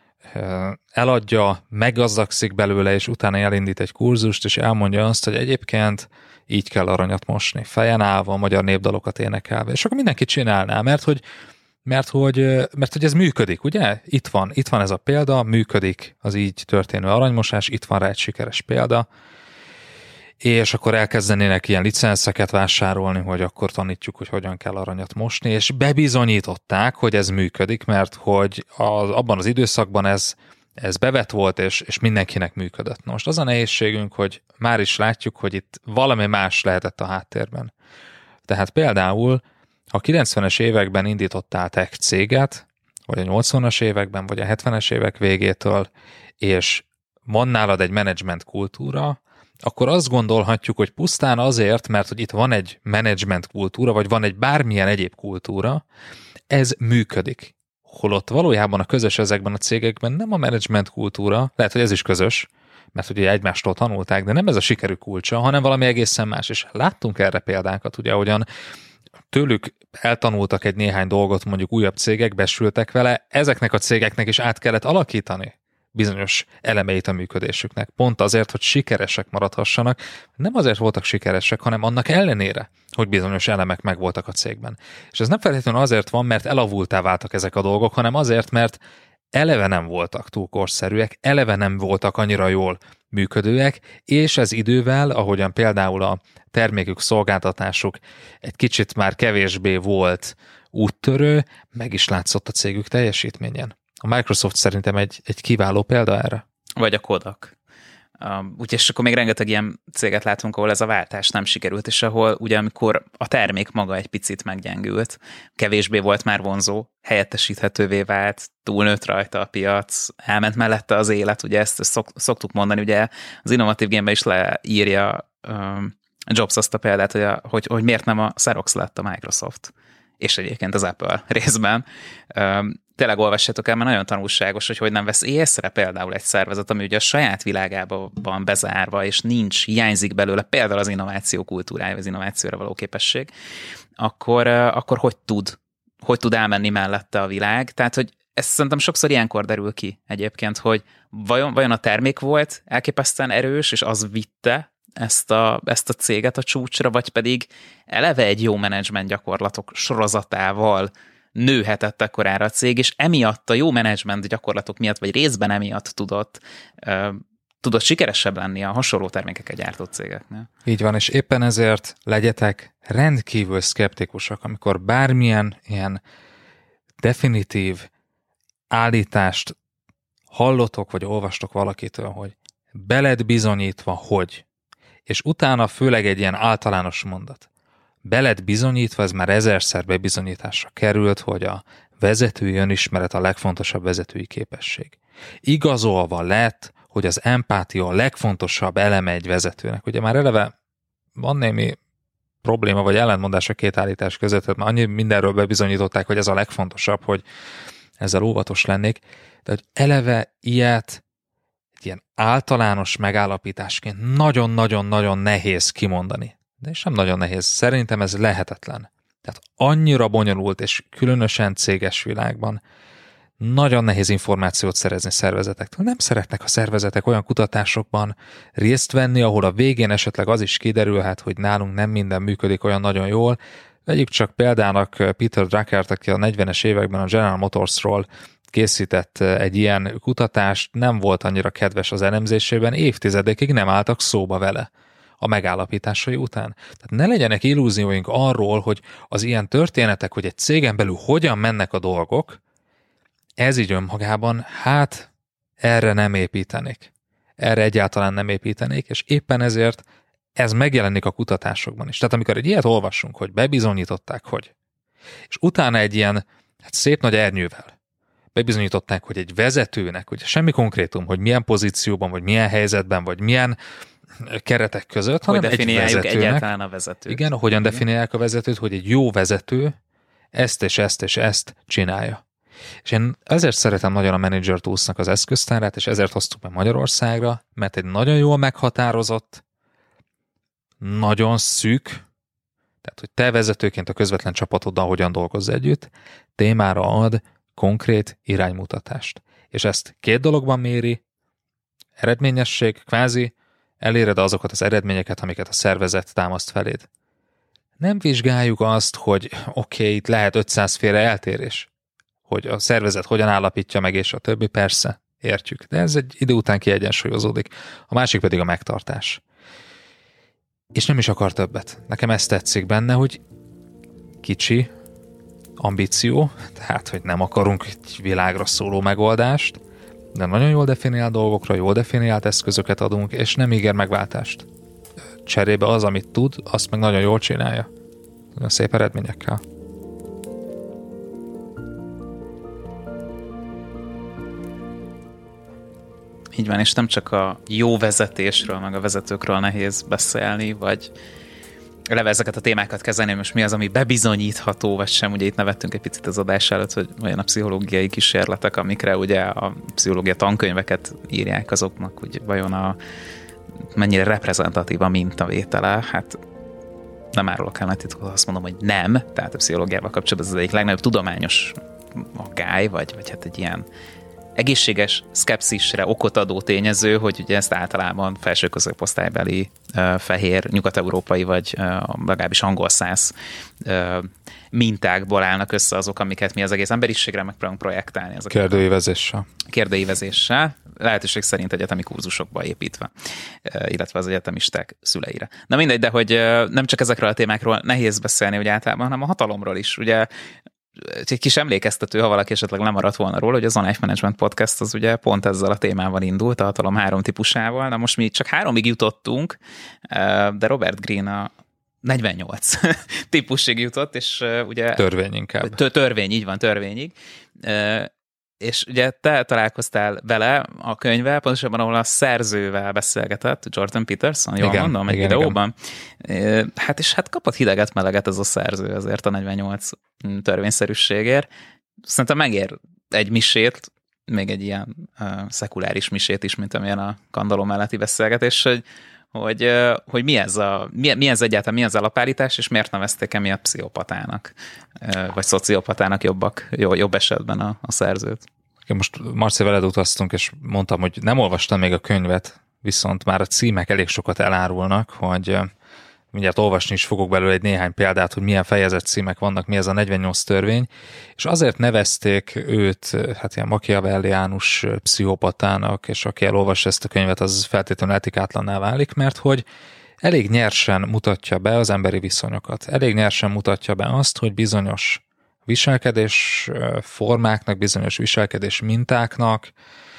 eladja, meggazdagszik belőle, és utána elindít egy kurzust, és elmondja azt, hogy egyébként így kell aranyat mosni, fejen állva, magyar népdalokat énekelve, és akkor mindenki csinálná, mert hogy, mert hogy, mert hogy ez működik, ugye? Itt van, itt van ez a példa, működik az így történő aranymosás, itt van rá egy sikeres példa, és akkor elkezdenének ilyen licenszeket vásárolni, hogy akkor tanítjuk, hogy hogyan kell aranyat mosni, és bebizonyították, hogy ez működik, mert hogy az, abban az időszakban ez, ez bevett volt, és, és mindenkinek működött. Most az a nehézségünk, hogy már is látjuk, hogy itt valami más lehetett a háttérben. Tehát például, ha a kilencvenes években indítottál tech céget, vagy a nyolcvanas években, vagy a hetvenes évek végétől, és van nálad egy menedzsment kultúra, akkor azt gondolhatjuk, hogy pusztán azért, mert hogy itt van egy menedzsment kultúra, vagy van egy bármilyen egyéb kultúra, ez működik. Holott valójában a közös ezekben a cégekben nem a menedzsment kultúra, lehet, hogy ez is közös, mert ugye egymástól tanulták, de nem ez a sikerük kulcsa, hanem valami egészen más. És láttunk erre példákat, ugye, ahogyan tőlük eltanultak egy néhány dolgot, mondjuk újabb cégek, besültek vele, ezeknek a cégeknek is át kellett alakítani bizonyos elemeit a működésüknek. Pont azért, hogy sikeresek maradhassanak. Nem azért voltak sikeresek, hanem annak ellenére, hogy bizonyos elemek megvoltak a cégben. És ez nem feltétlenül azért van, mert elavultá váltak ezek a dolgok, hanem azért, mert eleve nem voltak túl korszerűek, eleve nem voltak annyira jól működőek, és ez idővel, ahogyan például a termékük, szolgáltatásuk egy kicsit már kevésbé volt úttörő, meg is látszott a cégük teljesítményen. A Microsoft szerintem egy, egy kiváló példa erre. Vagy a Kodak. Um, úgyhogy akkor még rengeteg ilyen céget látunk, ahol ez a váltás nem sikerült, és ahol ugye amikor a termék maga egy picit meggyengült, kevésbé volt már vonzó, helyettesíthetővé vált, túlnőtt rajta a piac, elment mellette az élet, ugye ezt szok, szoktuk mondani, ugye az innovatív gémben is leírja um, Jobs azt a példát, hogy, a, hogy, hogy miért nem a Xerox lett a Microsoft, és egyébként az Apple részben. Um, tényleg olvassátok el, mert nagyon tanulságos, hogy hogy nem vesz észre például egy szervezet, ami ugye a saját világában van bezárva, és nincs, hiányzik belőle például az innováció kultúrája, az innovációra való képesség, akkor, akkor hogy tud, hogy tud elmenni mellette a világ. Tehát, hogy ez szerintem sokszor ilyenkor derül ki egyébként, hogy vajon, vajon a termék volt elképesztően erős, és az vitte ezt a, ezt a céget a csúcsra, vagy pedig eleve egy jó menedzsment gyakorlatok sorozatával nőhetett ekkorára a cég, és emiatt a jó menedzsment gyakorlatok miatt, vagy részben emiatt tudott, uh, tudott sikeresebb lenni a hasonló termékeket gyártó cégeknél. Így van, és éppen ezért legyetek rendkívül szkeptikusak, amikor bármilyen ilyen definitív állítást hallotok, vagy olvastok valakitől, hogy beled bizonyítva, hogy, és utána főleg egy ilyen általános mondat. Beled bizonyítva, ez már ezerszer bebizonyításra került, hogy a vezetői önismeret a legfontosabb vezetői képesség. Igazolva lett, hogy az empátia a legfontosabb eleme egy vezetőnek. Ugye már eleve van némi probléma vagy ellentmondás a két állítás között, mert annyi mindenről bebizonyították, hogy ez a legfontosabb, hogy ezzel óvatos lennék, de hogy eleve ilyet egy ilyen általános megállapításként nagyon-nagyon-nagyon nehéz kimondani. De és nem nagyon nehéz. Szerintem ez lehetetlen. Tehát annyira bonyolult, és különösen céges világban nagyon nehéz információt szerezni szervezetektől. Nem szeretnek a szervezetek olyan kutatásokban részt venni, ahol a végén esetleg az is kiderülhet, hogy nálunk nem minden működik olyan nagyon jól. Vegyük csak példának Peter Druckert, aki a negyvenes években a General Motorsról készített egy ilyen kutatást, nem volt annyira kedves az elemzésében, évtizedekig nem álltak szóba vele a megállapításai után. Tehát ne legyenek illúzióink arról, hogy az ilyen történetek, hogy egy cégen belül hogyan mennek a dolgok, ez így önmagában, hát erre nem építenék. Erre egyáltalán nem építenék, és éppen ezért ez megjelenik a kutatásokban is. Tehát amikor egy ilyet olvassunk, hogy bebizonyították, hogy, és utána egy ilyen hát szép nagy ernyővel bebizonyították, hogy egy vezetőnek, ugye semmi konkrétum, hogy milyen pozícióban, vagy milyen helyzetben, vagy milyen keretek között, hogy hanem egy vezetőnek. Egyáltalán a vezetőt. Igen, hogyan igen. definiálják a vezetőt, hogy egy jó vezető ezt és ezt és ezt csinálja. És én ezért szeretem nagyon a Manager Tools-nak az eszköztárát, és ezért hoztuk be Magyarországra, mert egy nagyon jól meghatározott, nagyon szűk, tehát hogy te vezetőként a közvetlen csapatoddal hogyan dolgozz együtt, témára ad konkrét iránymutatást. És ezt két dologban méri, eredményesség, kvázi, eléred azokat az eredményeket, amiket a szervezet támaszt feléd. Nem vizsgáljuk azt, hogy oké, okay, itt lehet ötszáz féle eltérés, hogy a szervezet hogyan állapítja meg, és a többi, persze, értjük. De ez egy idő után kiegyensúlyozódik. A másik pedig a megtartás. És nem is akar többet. Nekem ezt tetszik benne, hogy kicsi ambíció, tehát, hogy nem akarunk egy világra szóló megoldást, de nagyon jól definiált dolgokra, jól definiált eszközöket adunk, és nem ígér megváltást. Cserébe az, amit tud, azt meg nagyon jól csinálja. Nagyon szép eredményekkel. Így van, és nem csak a jó vezetésről, meg a vezetőkről nehéz beszélni, vagy eleve ezeket a témákat kezelni, most mi az, ami bebizonyítható, vagy sem. Ugye itt nevettünk egy picit az adás előtt, hogy olyan a pszichológiai kísérletek, amikre ugye a pszichológia tankönyveket írják, azoknak, hogy vajon a mennyire reprezentatív a mintavétele. Hát nem árulok el nagy titkot, azt mondom, hogy nem. Tehát a pszichológiával kapcsolatban ez az egyik legnagyobb tudományos aggály, vagy, vagy hát egy ilyen egészséges szkepszisre okot adó tényező, hogy ugye ezt általában felső középosztálybeli uh, fehér, nyugat-európai vagy uh, legalábbis angol-szász uh, mintákból állnak össze azok, amiket mi az egész emberiségre megpróbálunk projektálni. Kérdőívezéssel. Kérdőívezéssel, lehetőség szerint egyetemi kurzusokba építve, uh, illetve az egyetemisták szüleire. Na mindegy, de hogy uh, nem csak ezekről a témákról nehéz beszélni úgy általában, hanem a hatalomról is. Ugye egy kis emlékeztető, ha valaki esetleg lemaradt volna róla, hogy az Zone Life Management Podcast az ugye pont ezzel a témával indult, a hatalom három típusával. Na most mi csak háromig jutottunk, de Robert Greene a negyvennyolc típusig jutott, és ugye... Törvény inkább. Törvény, így van, törvényig. És ugye te találkoztál vele a könyvvel, pontosabban ahol a szerzővel beszélgetett, Jordan Peterson, jól igen, mondom, egy igen, videóban. Igen. Hát és hát kapott hideget, meleget ez a szerző azért a negyvennyolc törvényszerűségért. Szerintem megér egy misét, még egy ilyen uh, szekuláris misét is, mint amilyen a kandaló melletti beszélgetés, hogy, hogy, uh, hogy mi, ez a, mi, mi ez egyáltalán, mi az alapállítás, és miért nevezték emiatt pszichopatának, uh, vagy szociopatának jobbak, jó, jobb esetben a, a szerzőt. Most Marci, veled utaztunk, és mondtam, hogy nem olvastam még a könyvet, viszont már a címek elég sokat elárulnak, hogy mindjárt olvasni is fogok belőle egy néhány példát, hogy milyen fejezet címek vannak, mi ez a negyvennyolc törvény, és azért nevezték őt, hát ilyen machiavelliánus pszichopatának, és aki elolvassa ezt a könyvet, az feltétlenül etikátlanná válik, mert hogy elég nyersen mutatja be az emberi viszonyokat. Elég nyersen mutatja be azt, hogy bizonyos viselkedés formáknak, bizonyos viselkedés mintáknak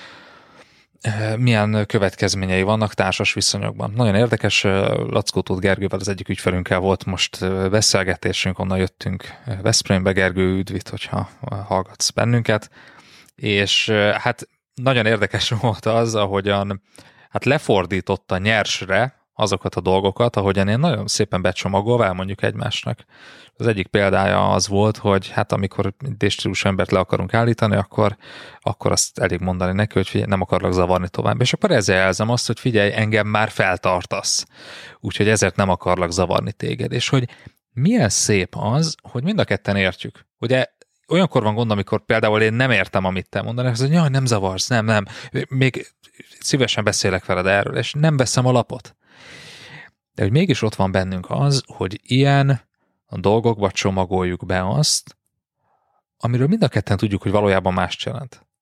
milyen következményei vannak társas viszonyokban. Nagyon érdekes, Lackó Tóth Gergővel, az egyik ügyfelünkkel volt most beszélgetésünk, onnan jöttünk Veszprémbe, Gergő, üdvít, hogyha hallgatsz bennünket, és hát nagyon érdekes volt az, ahogyan hát lefordította nyersre azokat a dolgokat, ahogyan én nagyon szépen becsomagolva elmondjuk egymásnak. Az egyik példája az volt, hogy hát amikor déstílusú embert le akarunk állítani, akkor, akkor azt elég mondani neki, hogy figyelj, nem akarlak zavarni tovább. És akkor ezzel jelzem azt, hogy figyelj, engem már feltartasz. Úgyhogy ezért nem akarlak zavarni téged. És hogy milyen szép az, hogy mind a ketten értjük. Ugye olyankor van gond, amikor például én nem értem, amit te mondanak, hogy jaj, nem zavarsz, nem, nem. Még szívesen beszélek veled erről, és nem veszem a lapot. De hogy mégis ott van bennünk az, hogy ilyen a dolgokba csomagoljuk be azt, amiről mind a ketten tudjuk, hogy valójában mást jelent.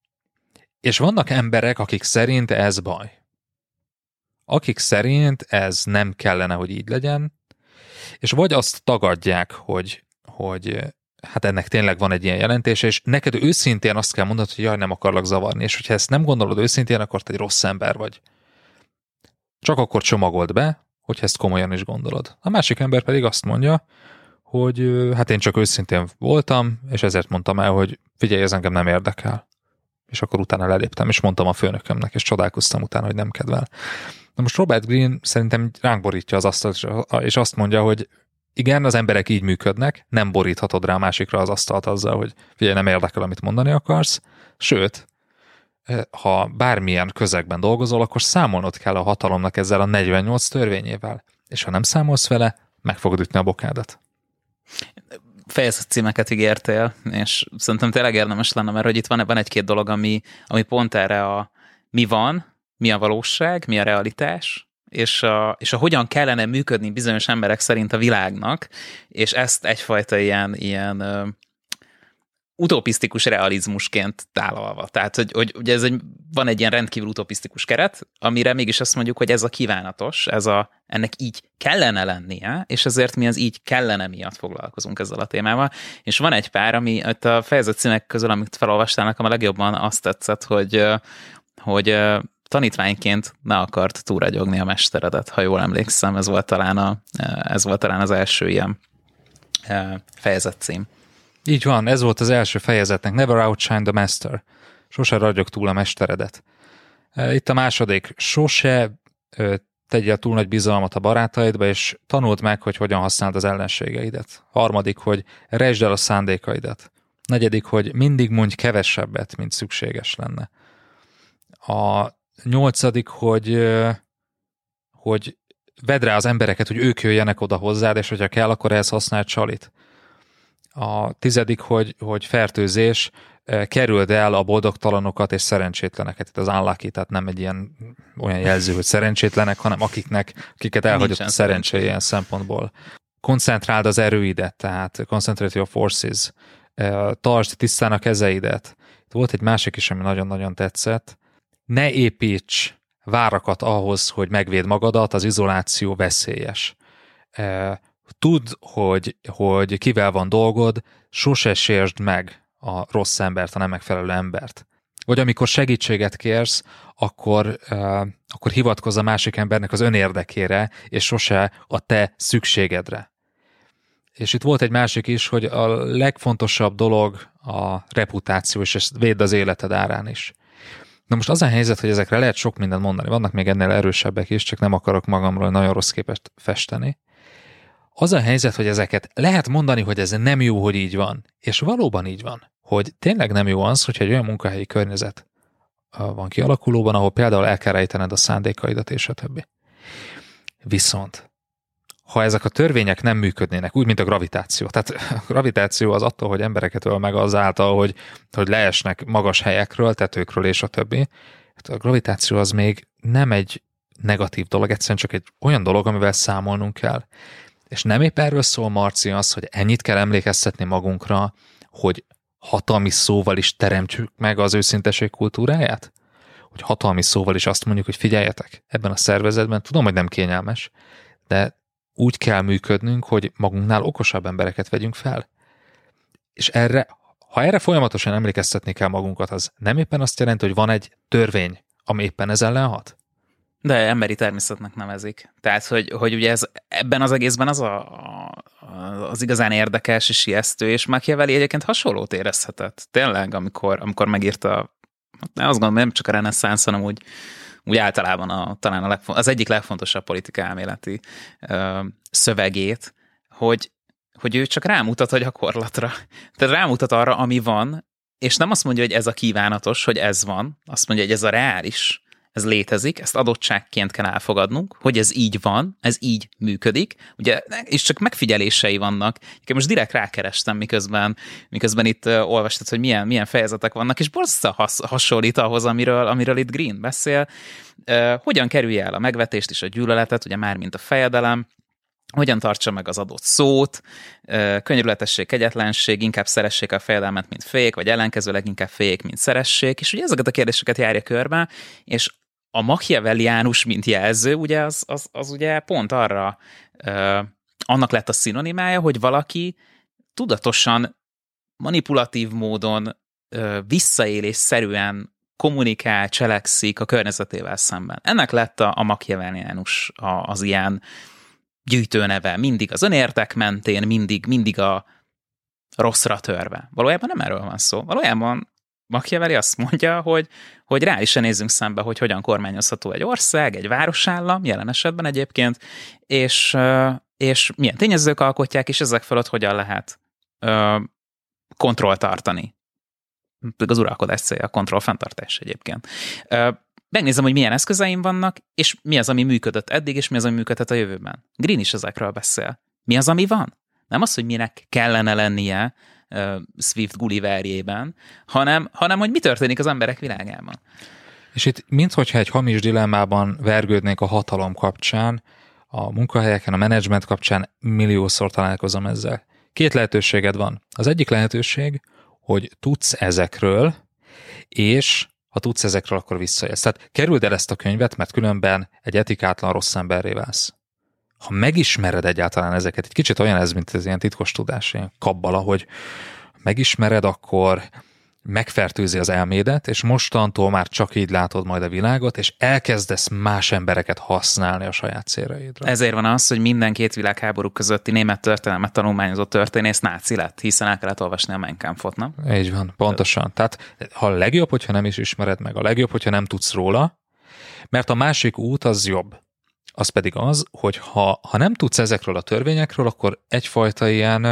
És vannak emberek, akik szerint ez baj. Akik szerint ez nem kellene, hogy így legyen, és vagy azt tagadják, hogy, hogy hát ennek tényleg van egy ilyen jelentése, és neked őszintén azt kell mondanod, hogy jaj, nem akarlak zavarni, és hogyha ezt nem gondolod őszintén, akkor te egy rossz ember vagy. Csak akkor csomagold be, hogyha ezt komolyan is gondolod. A másik ember pedig azt mondja, hogy hát én csak őszintén voltam, és ezért mondtam el, hogy figyelj, ez engem nem érdekel. És akkor utána leléptem, és mondtam a főnökömnek, és csodálkoztam utána, hogy nem kedvel. Na most Robert Greene szerintem ránk borítja az asztalt, és azt mondja, hogy igen, az emberek így működnek, nem boríthatod rá a másikra az asztalt azzal, hogy figyelj, nem érdekel, amit mondani akarsz. Sőt, ha bármilyen közegben dolgozol, akkor számolnod kell a hatalomnak ezzel a negyvennyolc törvényével. És ha nem számolsz vele, meg fogod ütni a bokádat. Fejezet címeket ígértél, és szerintem tényleg érdemes lenne, mert hogy itt van, van egy-két dolog, ami, ami pont erre a mi van, mi a valóság, mi a realitás, és a, és a hogyan kellene működni bizonyos emberek szerint a világnak, és ezt egyfajta ilyen, ilyen uh, utopisztikus realizmusként tálalva. Tehát, hogy, hogy ugye ez egy, van egy ilyen rendkívül utopisztikus keret, amire mégis azt mondjuk, hogy ez a kívánatos, ez a, ennek így kellene lennie, és ezért mi az így kellene miatt foglalkozunk ezzel a témával. És van egy pár, ami a fejezet címek közül, amit felolvastál, nekem a legjobban azt tetszett, hogy, hogy tanítványként ne akart túragyogni a mesteredet, ha jól emlékszem, ez volt talán, a, ez volt talán az első ilyen fejezet cím. Így van, ez volt az első fejezetnek, Never outshine the master. Sose ragyog túl a mesteredet. Itt a második, sose tegyél túl nagy bizalmat a barátaidba, és tanuld meg, hogy hogyan használd az ellenségeidet. Harmadik, hogy rejtsd el a szándékaidat. Negyedik, hogy mindig mondj kevesebbet, mint szükséges lenne. A nyolcadik, hogy, hogy vedd rá az embereket, hogy ők jöjjenek oda hozzád, és hogyha kell, akkor ehhez használd csalit. A tizedik, hogy, hogy fertőzés, kerüld el a boldogtalanokat és szerencsétleneket. Itt az unlucky, tehát nem egy ilyen olyan jelző, hogy szerencsétlenek, hanem akiknek, akiket elhagyott a szerencse ilyen szempontból. Koncentráld az erőidet, tehát concentrate your forces. Tartsd tisztán a kezeidet. Itt volt egy másik is, ami nagyon-nagyon tetszett. Ne építs várakat ahhoz, hogy megvédd magadat, az izoláció veszélyes. Tudd, hogy, hogy kivel van dolgod, sose sérsd meg a rossz embert, a nem megfelelő embert. Vagy amikor segítséget kérsz, akkor, uh, akkor hivatkozz a másik embernek az önérdekére, és sose a te szükségedre. És itt volt egy másik is, hogy a legfontosabb dolog a reputáció, és ezt védd az életed árán is. Na most az a helyzet, hogy ezekre lehet sok mindent mondani. Vannak még ennél erősebbek is, csak nem akarok magamról nagyon rossz képet festeni. Az a helyzet, hogy ezeket lehet mondani, hogy ez nem jó, hogy így van. És valóban így van. Hogy tényleg nem jó az, hogyha egy olyan munkahelyi környezet van kialakulóban, ahol például el kell rejtened a szándékaidat és a többi. Viszont, ha ezek a törvények nem működnének, úgy, mint a gravitáció. Tehát a gravitáció az attól, hogy embereket öl meg azáltal, hogy, hogy leesnek magas helyekről, tetőkről és a többi. A gravitáció az még nem egy negatív dolog, egyszerűen csak egy olyan dolog, amivel számolnunk kell. És nem épp erről szól, Marci, az, hogy ennyit kell emlékeztetni magunkra, hogy hatalmi szóval is teremtsük meg az őszinteség kultúráját? Hogy hatalmi szóval is azt mondjuk, hogy figyeljetek, ebben a szervezetben tudom, hogy nem kényelmes, de úgy kell működnünk, hogy magunknál okosabb embereket vegyünk fel. És erre, ha erre folyamatosan emlékeztetni kell magunkat, az nem éppen azt jelenti, hogy van egy törvény, ami éppen ez ellen hat? De emberi természetnek nevezik. Tehát, hogy, hogy ugye ez, ebben az egészben az a, a, az igazán érdekes és ijesztő, és Machiavelli egyébként hasonlót érezhetett. Tényleg, amikor, amikor megírta, azt gondolom, nem csak a reneszánsz, hanem úgy, úgy általában a, talán a legfont, az egyik legfontosabb politika elméleti ö, szövegét, hogy, hogy ő csak rámutat a gyakorlatra. Tehát rámutat arra, ami van, és nem azt mondja, hogy ez a kívánatos, hogy ez van, azt mondja, hogy ez a reális, ez létezik, ezt adottságként kell elfogadnunk, hogy ez így van, ez így működik, ugye, és csak megfigyelései vannak. Én most direkt rákerestem, miközben, miközben itt uh, olvastad, hogy milyen, milyen fejezetek vannak, és borzasztóan has, hasonlít ahhoz, amiről, amiről itt Greene beszél. Uh, hogyan kerülje el a megvetést és a gyűlöletet, ugye már mint a fejedelem, hogyan tartsa meg az adott szót, könyörületesség, kegyetlenség, inkább szeressék a fejedelmet, mint féljék, vagy ellenkezőleg inkább féljék, mint szeressék, és ugye ezeket a kérdéseket járja körbe, és a Machiavelliánus, mint jelző, ugye az, az, az ugye pont arra annak lett a szinonimája, hogy valaki tudatosan, manipulatív módon, visszaélésszerűen kommunikál, cselekszik a környezetével szemben. Ennek lett a, a Machiavelliánus az ilyen gyűjtőneve, mindig az önértek mentén, mindig, mindig a rosszra törve. Valójában nem erről van szó. Valójában Machiavelli azt mondja, hogy, hogy reálisan nézzünk szembe, hogy hogyan kormányozható egy ország, egy városállam, jelen esetben egyébként, és, és milyen tényezők alkotják, és ezek fölött hogyan lehet ö, kontroll tartani. Az uralkodás célja, a kontroll fenntartás egyébként. Ö, megnézem, hogy milyen eszközeim vannak, és mi az, ami működött eddig, és mi az, ami működhet a jövőben. Green is ezekről beszél. Mi az, ami van? Nem az, hogy minek kellene lennie uh, Swift Gulliverjében, hanem, hanem, hogy mi történik az emberek világában. És itt minthogyha egy hamis dilemmában vergődnék a hatalom kapcsán, a munkahelyeken, a menedzsment kapcsán milliószor találkozom ezzel. Két lehetőséged van. Az egyik lehetőség, hogy tudsz ezekről, és ha tudsz ezekről, akkor visszaélsz. Tehát kerüld el ezt a könyvet, mert különben egy etikátlan rossz emberré válsz. Ha megismered egyáltalán ezeket, egy kicsit olyan ez, mint ez ilyen titkos tudás, ilyen kabbala, hogy megismered, akkor megfertőzi az elmédet, és mostantól már csak így látod majd a világot, és elkezdesz más embereket használni a saját céljaidra. Ezért van az, hogy minden két világháború közötti német történelmet tanulmányozó történész náci lett, hiszen el kellett olvasni a Mein Kampfot, nem? Így van, pontosan. Tehát ha a legjobb, hogyha nem is ismered meg, a legjobb, hogyha nem tudsz róla, mert a másik út az jobb. Az pedig az, hogy ha, ha nem tudsz ezekről a törvényekről, akkor egyfajta ilyen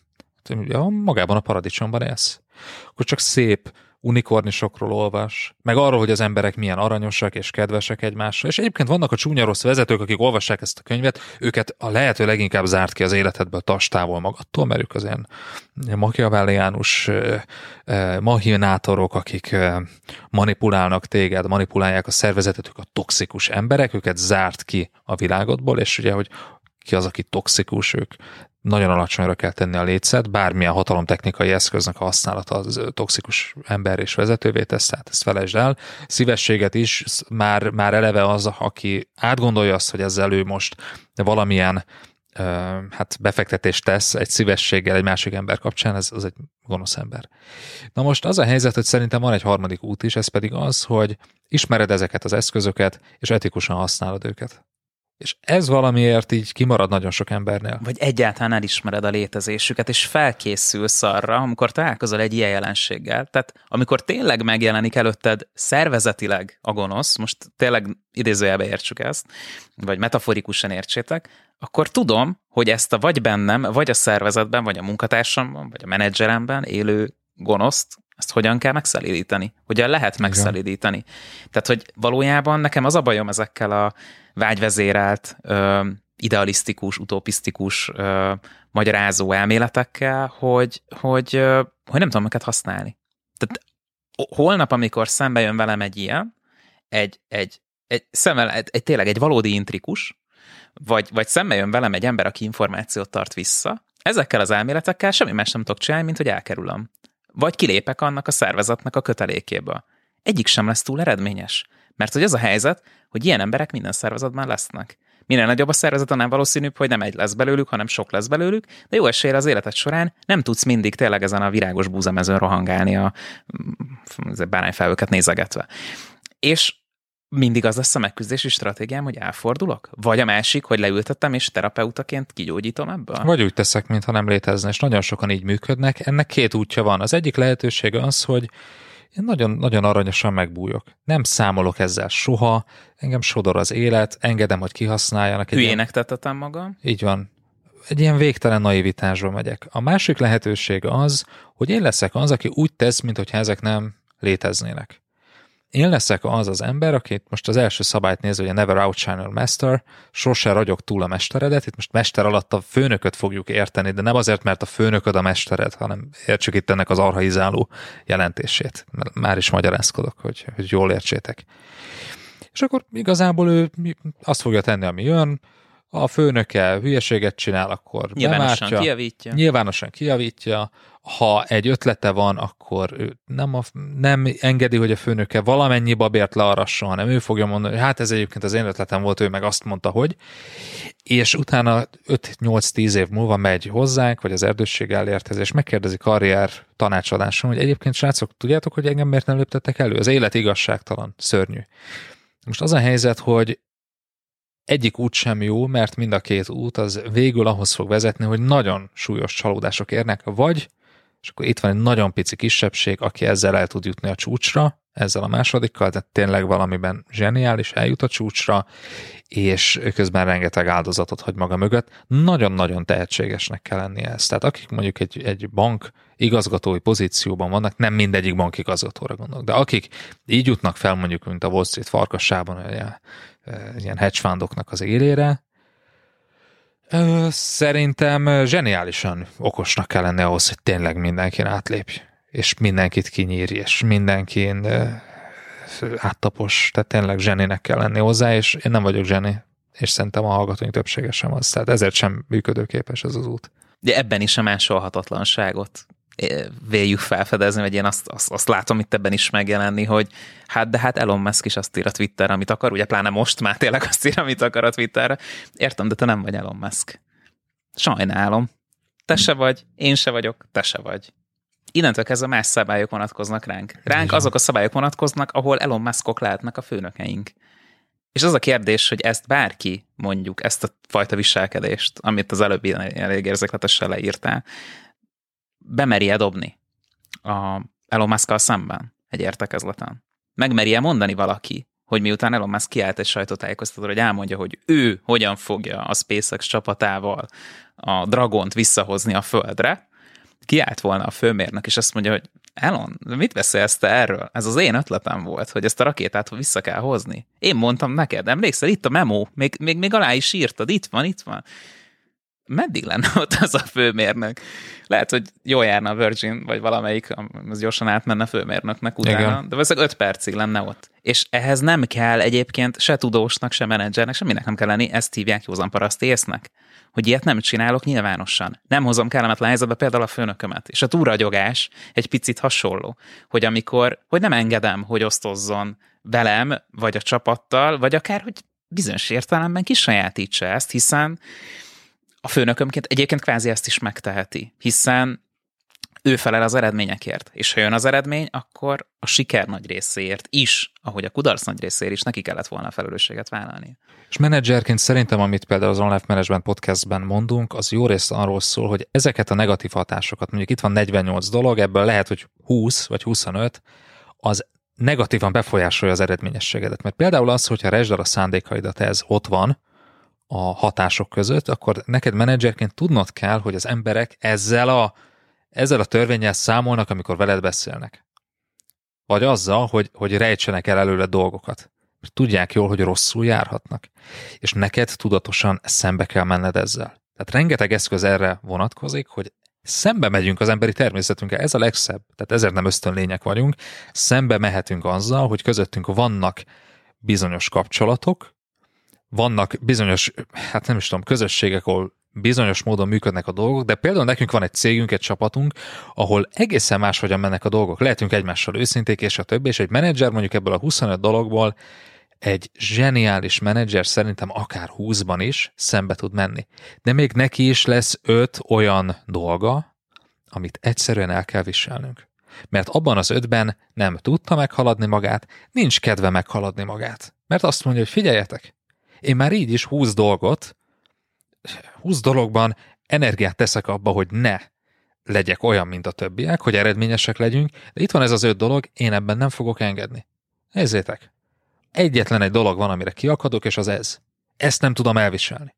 ja, magában a paradicsomban élsz. Akkor csak szép unikornisokról olvas, meg arról, hogy az emberek milyen aranyosak és kedvesek egymásra. És egyébként vannak a csúnya rossz vezetők, akik olvassák ezt a könyvet, őket a lehető leginkább zárt ki az életedből, tarts távol magadtól, mert ők az ilyen machiavelliánus machinátorok, akik manipulálnak téged, manipulálják a szervezetet, ők a toxikus emberek, őket zárt ki a világodból, és ugye, hogy ki az, aki toxikus, ők nagyon alacsonyra kell tenni a létszet, bármilyen hatalomtechnikai eszköznek a használata az toxikus ember és vezetővé tesz, tehát ezt felejtsd el. Szívességet is már, már eleve az, aki átgondolja azt, hogy ezzel ő most valamilyen uh, hát befektetést tesz egy szívességgel egy másik ember kapcsán, ez az egy gonosz ember. Na most az a helyzet, hogy szerintem van egy harmadik út is, ez pedig az, hogy ismered ezeket az eszközöket, és etikusan használod őket. És ez valamiért így kimarad nagyon sok embernél. Vagy egyáltalán elismered a létezésüket, és felkészülsz arra, amikor találkozol egy ilyen jelenséggel. Tehát amikor tényleg megjelenik előtted szervezetileg a gonosz, most tényleg idézőjelbe értsük ezt, vagy metaforikusan értsétek, akkor tudom, hogy ezt a vagy bennem, vagy a szervezetben, vagy a munkatársamban, vagy a menedzseremben élő gonoszt, ezt hogyan kell megszelídíteni? Hogyan lehet megszelídíteni? Tehát, hogy valójában nekem az a bajom ezekkel a vágyvezérelt, ö, idealisztikus, utopisztikus, ö, magyarázó elméletekkel, hogy, hogy, ö, hogy nem tudom őket használni. Tehát holnap, amikor szembe jön velem egy ilyen, egy, egy, egy, szemmel, egy, egy tényleg egy valódi intrikus, vagy, vagy szembe jön velem egy ember, aki információt tart vissza, ezekkel az elméletekkel semmi más nem tudok csinálni, mint hogy elkerülöm. Vagy kilépek annak a szervezetnek a kötelékéből. Egyik sem lesz túl eredményes. Mert hogy az a helyzet, hogy ilyen emberek minden szervezetben lesznek. Minél nagyobb a szervezet, annál valószínűbb, hogy nem egy lesz belőlük, hanem sok lesz belőlük, de jó eséllyel az életed során nem tudsz mindig tényleg ezen a virágos búzamezőn rohangálni a bárányfelhőket nézegetve. És mindig az lesz a megküzdési stratégiám, hogy elfordulok? Vagy a másik, hogy leültettem, és terapeutaként kigyógyítom ebből? Vagy úgy teszek, mintha nem létezne, és nagyon sokan így működnek. Ennek két útja van. Az egyik lehetőség az, hogy én nagyon, nagyon aranyosan megbújok. Nem számolok ezzel soha, engem sodor az élet, engedem, hogy kihasználjanak. Hülyének ilyen... tettetem magam. Így van. Egy ilyen végtelen naivitásba megyek. A másik lehetőség az, hogy én leszek az, aki úgy tesz, mintha ezek nem léteznének. Én leszek az az ember, akit most az első szabályt nézve, hogy a never outshine your master, sose ragyog túl a mesteredet. Itt most mester alatt a főnököt fogjuk érteni, de nem azért, mert a főnököd a mestered, hanem értsük itt ennek az archaizáló jelentését. Már is magyarázkodok, hogy, hogy jól értsétek. És akkor igazából ő azt fogja tenni, ami jön, A főnöke hülyeséget csinál, akkor Nyilvánosan bemártja. kijavítja. Nyilvánosan kijavítja. Ha egy ötlete van, akkor ő nem, a, nem engedi, hogy a főnöke valamennyi babért learasson, hanem ő fogja mondani, hogy hát ez egyébként az én ötletem volt, ő meg azt mondta, hogy. És utána öt-nyolc-tíz év múlva megy hozzánk, vagy az erdősség elérthez, és megkérdezi karrier tanácsadáson, hogy egyébként srácok, tudjátok, hogy engem miért nem léptettek elő? Az élet igazságtalan, szörnyű. Most az a helyzet, hogy egyik út sem jó, mert mind a két út az végül ahhoz fog vezetni, hogy nagyon súlyos csalódások érnek, vagy, és akkor itt van egy nagyon pici kisebbség, aki ezzel el tud jutni a csúcsra, ezzel a másodikkal, tehát tényleg valamiben zseniális, eljut a csúcsra, és közben rengeteg áldozatot hagy maga mögött. Nagyon-nagyon tehetségesnek kell lennie ez. Tehát akik mondjuk egy, egy bank igazgatói pozícióban vannak, nem mindegyik bank igazgatóra gondolok, de akik így jutnak fel mondjuk, mint a Wall Street farkasában, ilyen hedge fundoknak az élére, szerintem zseniálisan okosnak kell lenni ahhoz, hogy tényleg mindenkin átlépj, és mindenkit kinyírj, és mindenkin áttapos, tehát tényleg zseninek kell lenni hozzá, és én nem vagyok zseni, és szerintem a hallgatóink többsége sem az, tehát ezért sem működőképes ez az út. De ebben is a másolhatatlanságot véljük felfedezni, vagy én azt, azt, azt látom itt ebben is megjelenni, hogy hát de hát Elon Musk is azt ír a Twitterre, amit akar, ugye pláne most már tényleg azt ír, amit akar a Twitterre. Értem, de te nem vagy Elon Musk. Sajnálom. Te se vagy, én se vagyok, te se vagy. Innentől kezdve más szabályok vonatkoznak ránk. Ránk azok a szabályok vonatkoznak, ahol Elon Muskok lehetnek a főnökeink. És az a kérdés, hogy ezt bárki, mondjuk, ezt a fajta viselkedést, amit az előbbi elég érzékletesen leírtál, bemeri-e dobni a Elon Muskkal szemben egy értekezleten? Megmeri-e mondani valaki, hogy miután Elon Musk kiállt egy sajtótájékoztatóra, hogy elmondja, hogy ő hogyan fogja a SpaceX csapatával a Dragont visszahozni a Földre, kiállt volna a főmérnök, és azt mondja, hogy Elon, mit beszélsz te erről? Ez az én ötletem volt, hogy ezt a rakétát vissza kell hozni. Én mondtam neked, emlékszel, itt a memo, még, még, még alá is írtad, itt van, itt van. Meddig lenne ott az a főmérnök? Lehet, hogy jól járna a Virgin, vagy valamelyik, az gyorsan átmenne főmérnöknek utána, igen. De valószínűleg öt percig lenne ott. És ehhez nem kell egyébként se tudósnak, se menedzsernek, semminek nem kell lenni, ezt hívják józan paraszt észnek. Hogy ilyet nem csinálok nyilvánosan. Nem hozom kellemetlen helyzetbe például a főnökömet. És a túlragyogás egy picit hasonló, hogy amikor, hogy nem engedem, hogy osztozzon velem, vagy a csapattal, vagy akár, hogy bizonyos értelemben kisajátítsa ezt, hiszen a főnökömként egyébként kvázi ezt is megteheti, hiszen ő felel az eredményekért, és ha jön az eredmény, akkor a siker nagy részéért is, ahogy a kudarc nagy részéért is neki kellett volna a felelősséget vállalni. És menedzserként szerintem, amit például az Online Management Podcastben mondunk, az jó részt arról szól, hogy ezeket a negatív hatásokat, mondjuk itt van negyvennyolc dolog, ebből lehet, hogy húsz vagy huszonöt, az negatívan befolyásolja az eredményességedet. Mert például az, hogyha resd el a szándékaidat, ez ott van, a hatások között, akkor neked menedzserként tudnod kell, hogy az emberek ezzel a, ezzel a törvénnyel számolnak, amikor veled beszélnek. Vagy azzal, hogy, hogy rejtsenek el előle dolgokat. Mert tudják jól, hogy rosszul járhatnak. És neked tudatosan szembe kell menned ezzel. Tehát rengeteg eszköz erre vonatkozik, hogy szembe megyünk az emberi természetünkkel. Ez a legszebb. Tehát ezért nem ösztönlények vagyunk. Szembe mehetünk azzal, hogy közöttünk vannak bizonyos kapcsolatok, vannak bizonyos, hát nem is tudom, közösségek, ahol bizonyos módon működnek a dolgok, de például nekünk van egy cégünk, egy csapatunk, ahol egészen máshogyan mennek a dolgok. Lehetünk egymással őszinték, és a többi, és egy menedzser mondjuk ebből a huszonöt dologból egy zseniális menedzser szerintem akár húszban is szembe tud menni. De még neki is lesz öt olyan dolga, amit egyszerűen el kell viselnünk. Mert abban az ötben nem tudta meghaladni magát, nincs kedve meghaladni magát. Mert azt mondja, hogy figyeljetek, én már így is húsz dolgot, húsz dologban energiát teszek abba, hogy ne legyek olyan, mint a többiek, hogy eredményesek legyünk, de itt van ez az öt dolog, én ebben nem fogok engedni. Nézzétek, egyetlen egy dolog van, amire kiakadok, és az ez. Ezt nem tudom elviselni.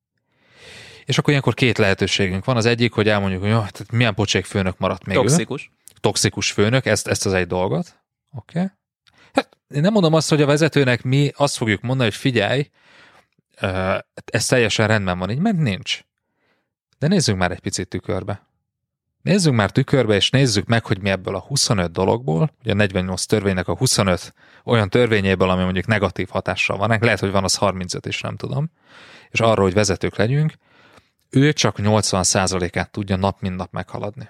És akkor ilyenkor két lehetőségünk van. Az egyik, hogy elmondjuk, hogy jó, tehát milyen pocsék főnök maradt még Toxikus. ő. Toxikus főnök, ezt, ezt az egy dolgot. Oké. Okay. Hát én nem mondom azt, hogy a vezetőnek mi azt fogjuk mondani, hogy figyelj, ez teljesen rendben van így, mert nincs. De nézzünk már egy picit tükörbe. Nézzünk már tükörbe, és nézzük meg, hogy mi ebből a huszonöt dologból, ugye a negyvennyolc törvénynek a huszonöt olyan törvényéből, ami mondjuk negatív hatással van, lehet, hogy van az harmincöt is, nem tudom, és arról, hogy vezetők legyünk, ő csak nyolcvan százalékát tudja nap mint nap meghaladni.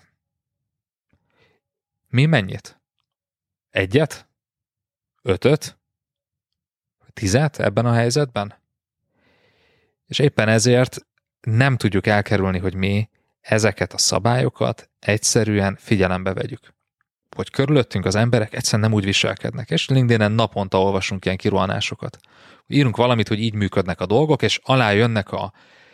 Mi mennyit? Egyet? Ötöt? Tizet ebben a helyzetben? És éppen ezért nem tudjuk elkerülni, hogy mi ezeket a szabályokat egyszerűen figyelembe vegyük. Hogy körülöttünk az emberek egyszerűen nem úgy viselkednek, és LinkedIn-en naponta olvasunk ilyen kirohanásokat. Írunk valamit, hogy így működnek a dolgok, és alá jönnek a,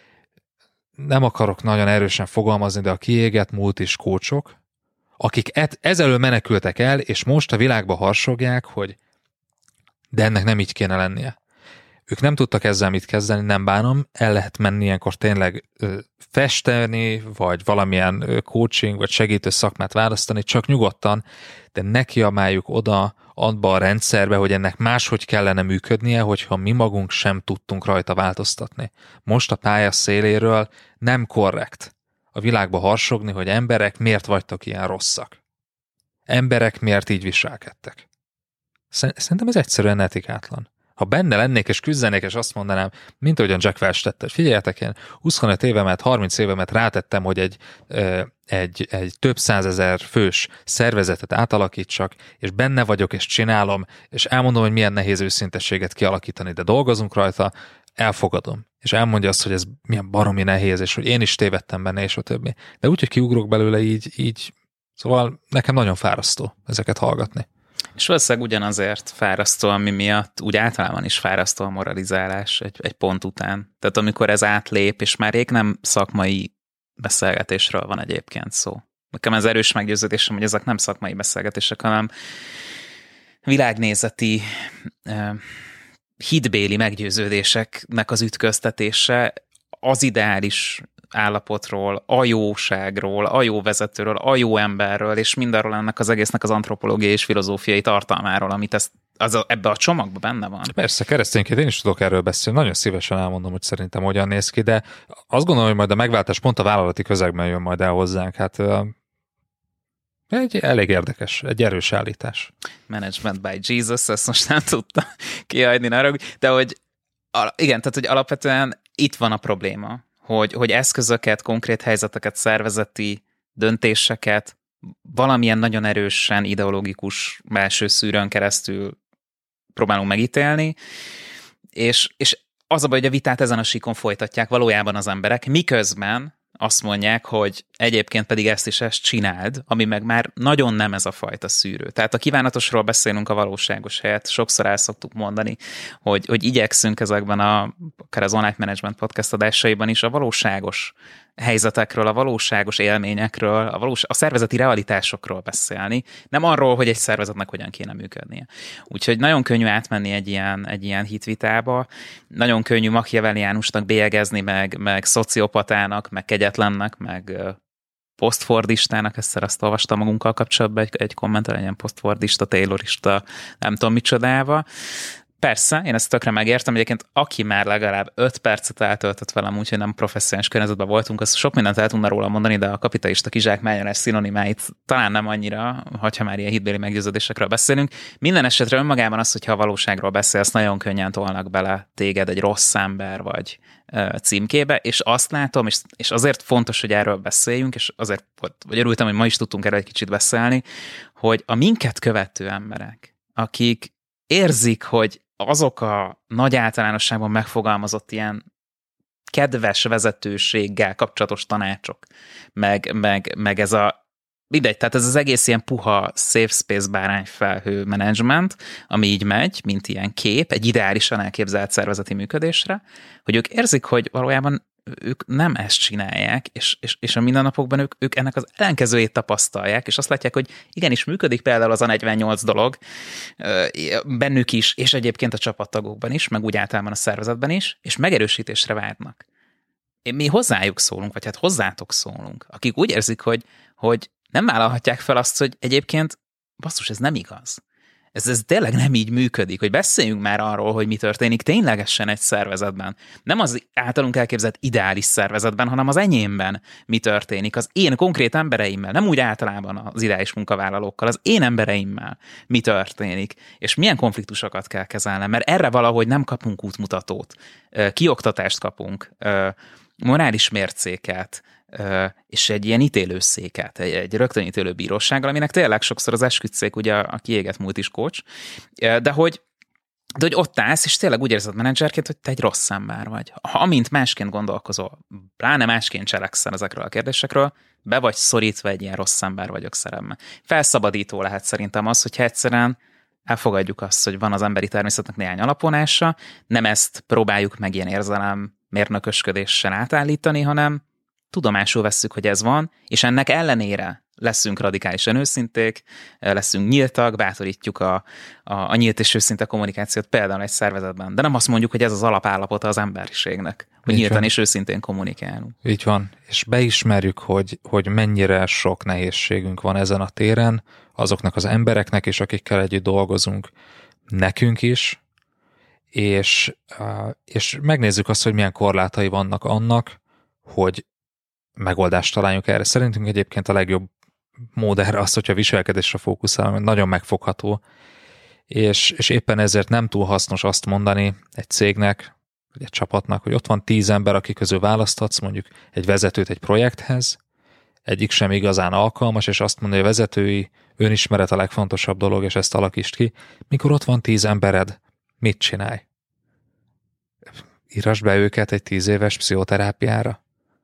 nem akarok nagyon erősen fogalmazni, de a kiégett multis kócsok, akik et, ezelől menekültek el, és most a világba harsogják, hogy de ennek nem így kéne lennie. Ők nem tudtak ezzel mit kezdeni, nem bánom, el lehet menni ilyenkor tényleg ö, festeni, vagy valamilyen ö, coaching, vagy segítő szakmát választani, csak nyugodtan, de ne kiabáljuk oda, abba a rendszerbe, hogy ennek máshogy kellene működnie, hogyha mi magunk sem tudtunk rajta változtatni. Most a pálya széléről nem korrekt a világba harsogni, hogy emberek miért vagytok ilyen rosszak. Emberek miért így viselkedtek. Szerintem ez egyszerűen etikátlan. Ha benne lennék és küzdenék, és azt mondanám, mint ahogyan Jack Welch tette, hogy figyeljetek, én huszonöt évemet, harminc évemet rátettem, hogy egy, egy, egy több százezer fős szervezetet átalakítsak, és benne vagyok, és csinálom, és elmondom, hogy milyen nehéz őszintességet kialakítani, de dolgozunk rajta, elfogadom. És elmondja azt, hogy ez milyen baromi nehéz, és hogy én is tévedtem benne, és a többi. De úgy, hogy kiugrok belőle így, így, szóval nekem nagyon fárasztó ezeket hallgatni. És valószínűleg ugyanazért fárasztó, ami miatt úgy általában is fárasztó a moralizálás egy, egy pont után. Tehát amikor ez átlép, és már rég nem szakmai beszélgetésről van egyébként szó. Nekem ez erős meggyőződésem, hogy ezek nem szakmai beszélgetések, hanem világnézeti, eh, hitbéli meggyőződéseknek az ütköztetése az ideális állapotról, a jóságról, a jó vezetőről, a jó emberről, és mindarról ennek az egésznek az antropológiai és filozófiai tartalmáról, amit ez, az a, ebbe a csomagban benne van. Persze, keresztényként én is tudok erről beszélni, nagyon szívesen elmondom, hogy szerintem hogyan néz ki, de azt gondolom, hogy majd a megváltás pont a vállalati közegben jön majd el hozzánk. Hát egy elég érdekes, egy erős állítás. Management by Jesus, ezt most nem tudtam kihagyni, de hogy igen, tehát hogy alapvetően itt van a probléma, Hogy, hogy eszközöket, konkrét helyzeteket, szervezeti döntéseket valamilyen nagyon erősen ideológikus belső szűrőn keresztül próbálunk megítélni, és, és az a baj, hogy a vitát ezen a síkon folytatják valójában az emberek, miközben azt mondják, hogy egyébként pedig ezt is ezt csináld, ami meg már nagyon nem ez a fajta szűrő. Tehát a kívánatosról beszélünk a valóságos helyet, sokszor el szoktuk mondani, hogy, hogy igyekszünk ezekben a, akár az Online Management podcast adásaiban is a valóságos helyzetekről, a valóságos élményekről, a, valós, a szervezeti realitásokról beszélni, nem arról, hogy egy szervezetnek hogyan kéne működnie. Úgyhogy nagyon könnyű átmenni egy ilyen, egy ilyen hitvitába, nagyon könnyű Machiavelliánusnak bélyegezni, meg, meg szociopatának, meg kegyetlennek, meg posztfordistának, ezt azt olvastam magunkkal kapcsolatban egy, egy kommentel, egy ilyen posztfordista, taylorista, nem tudom micsodával. Persze, én ezt tökre megértem, egyébként aki már legalább öt percet eltöltött velem, úgyhogy nem professzionális környezetben voltunk, az sok mindent el tudna róla mondani, de a kapitalista kizsákmányolás szinonimáit talán nem annyira, hogyha már ilyen hitbéli meggyőződésekről beszélünk. Minden esetre önmagában az, hogyha a valóságról beszélsz, nagyon könnyen tolnak bele téged egy rossz ember vagy címkébe, és azt látom, és, és azért fontos, hogy erről beszéljünk, és azért vagy örültem, hogy ma is tudtunk erről egy kicsit beszélni, hogy a minket követő emberek, akik érzik, hogy azok a nagy általánosságban megfogalmazott ilyen kedves vezetőséggel kapcsolatos tanácsok, meg, meg, meg ez a mindegy, tehát ez az egész ilyen puha safe space bárányfelhő management, ami így megy, mint ilyen kép, egy ideálisan elképzelt szervezeti működésre, hogy ők érzik, hogy valójában ők nem ezt csinálják, és, és, és a mindennapokban ők, ők ennek az ellenkezőjét tapasztalják, és azt látják, hogy igenis működik például az a negyvennyolc dolog bennük is, és egyébként a csapattagokban is, meg úgy általában a szervezetben is, és megerősítésre várnak. Mi hozzájuk szólunk, vagy hát hozzátok szólunk, akik úgy érzik, hogy, hogy nem vállalhatják fel azt, hogy egyébként basszus, ez nem igaz. Ez, ez tényleg nem így működik, hogy beszéljünk már arról, hogy mi történik ténylegesen egy szervezetben. Nem az általunk elképzelt ideális szervezetben, hanem az enyémben mi történik. Az én konkrét embereimmel, nem úgy általában az ideális munkavállalókkal, az én embereimmel mi történik, és milyen konfliktusokat kell kezelnem, mert erre valahogy nem kapunk útmutatót. Kioktatást kapunk, morális mércéket, és egy ilyen ítélőszéket, egy, egy rögtönítélő bírósággal, aminek tényleg sokszor az esküdtszék, ugye a kiégett múlt is coach, de hogy, de hogy ott állsz, és tényleg úgy érzed menedzserként, hogy te egy rossz ember vagy. Ha amint másként gondolkozol, pláne másként cselekszel ezekről a kérdésekről, be vagy szorítva egy ilyen rossz ember vagyok szeremben. Felszabadító lehet szerintem az, hogyha egyszerűen elfogadjuk azt, hogy van az emberi természetnek néhány alapvonása, nem ezt próbáljuk meg ilyen érzelem mérnökösködéssel átállítani, hanem tudomásul vesszük, hogy ez van, és ennek ellenére leszünk radikálisan őszinték, leszünk nyíltak, bátorítjuk a, a, a nyílt és őszinte kommunikációt például egy szervezetben. De nem azt mondjuk, hogy ez az alapállapota az emberiségnek, hogy így nyíltan van. És őszintén kommunikálunk. Így van, és beismerjük, hogy, hogy mennyire sok nehézségünk van ezen a téren, azoknak az embereknek is, akikkel együtt dolgozunk, nekünk is, és, és megnézzük azt, hogy milyen korlátai vannak annak, hogy megoldást találjunk erre. Szerintünk egyébként a legjobb mód erre az, hogyha viselkedésre fókuszálunk, mert nagyon megfogható, és, és éppen ezért nem túl hasznos azt mondani egy cégnek, vagy egy csapatnak, hogy ott van tíz ember, akik közül választhatsz mondjuk egy vezetőt egy projekthez, egyik sem igazán alkalmas, és azt mondja, hogy a vezetői önismeret a legfontosabb dolog, és ezt alakítsd ki. Mikor ott van tíz embered, mit csinálj? Írasd be őket egy tíz éves pszichoterápiára.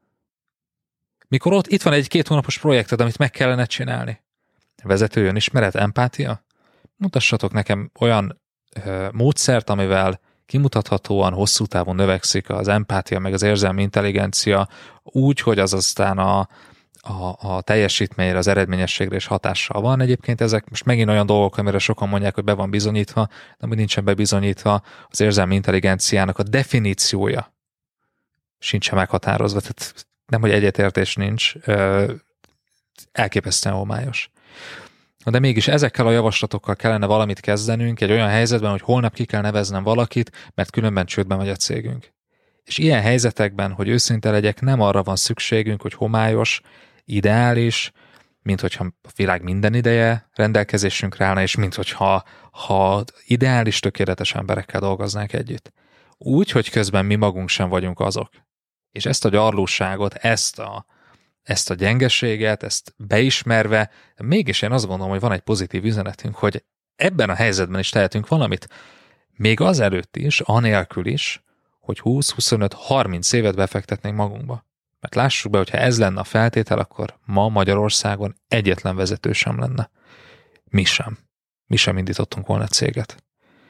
Mikor ott itt van egy két hónapos projekted, amit meg kellene csinálni. Vezető önismeret, empátia? Mutassatok nekem olyan ö, módszert, amivel kimutathatóan hosszú távon növekszik az empátia, meg az érzelmi intelligencia úgy, hogy az aztán a, a, a teljesítményre, az eredményességre is hatással van. Egyébként ezek most megint olyan dolgok, amire sokan mondják, hogy be van bizonyítva, de hogy nincsen bebizonyítva, az érzelmi intelligenciának a definíciója sincsen meghatározva. Tehát nem, hogy egyetértés nincs, elképesztően homályos. De mégis ezekkel a javaslatokkal kellene valamit kezdenünk egy olyan helyzetben, hogy holnap ki kell neveznem valakit, mert különben csődbe megy a cégünk. És ilyen helyzetekben, hogy őszinte legyek, nem arra van szükségünk, hogy homályos, ideális, mint hogyha a világ minden ideje rendelkezésünkre állna, és mint hogyha ha ideális, tökéletes emberekkel dolgoznánk együtt. Úgy, hogy közben mi magunk sem vagyunk azok. És ezt a gyarlóságot, ezt a, ezt a gyengeséget, ezt beismerve, mégis én azt gondolom, hogy van egy pozitív üzenetünk, hogy ebben a helyzetben is tehetünk valamit. Még azelőtt is, anélkül is, hogy húsz, huszonöt, harminc évet befektetnénk magunkba. Mert lássuk be, hogyha ez lenne a feltétel, akkor ma Magyarországon egyetlen vezető sem lenne. Mi sem. Mi sem indítottunk volna céget.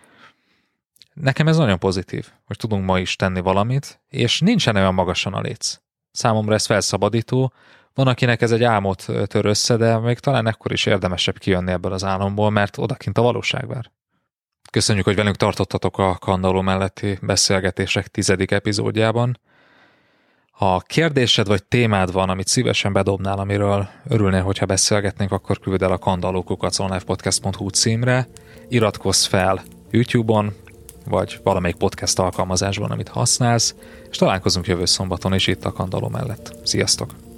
Nekem ez nagyon pozitív, hogy tudunk ma is tenni valamit, és nincsen olyan magasan a léc. Számomra ez felszabadító, van, akinek ez egy álmot tör össze, de még talán ekkor is érdemesebb kijönni ebből az álomból, mert odakint a valóság vár. Köszönjük, hogy velünk tartottatok a Kandalló melletti beszélgetések tizedik epizódjában. Ha kérdésed vagy témád van, amit szívesen bedobnál, amiről örülnél, hogyha beszélgetnénk, akkor küld el a kandalló kukac online podcast pont hu címre, iratkozz fel YouTube-on, vagy valamelyik podcast alkalmazásban, amit használsz, és találkozunk jövő szombaton is itt a Kandalló mellett. Sziasztok!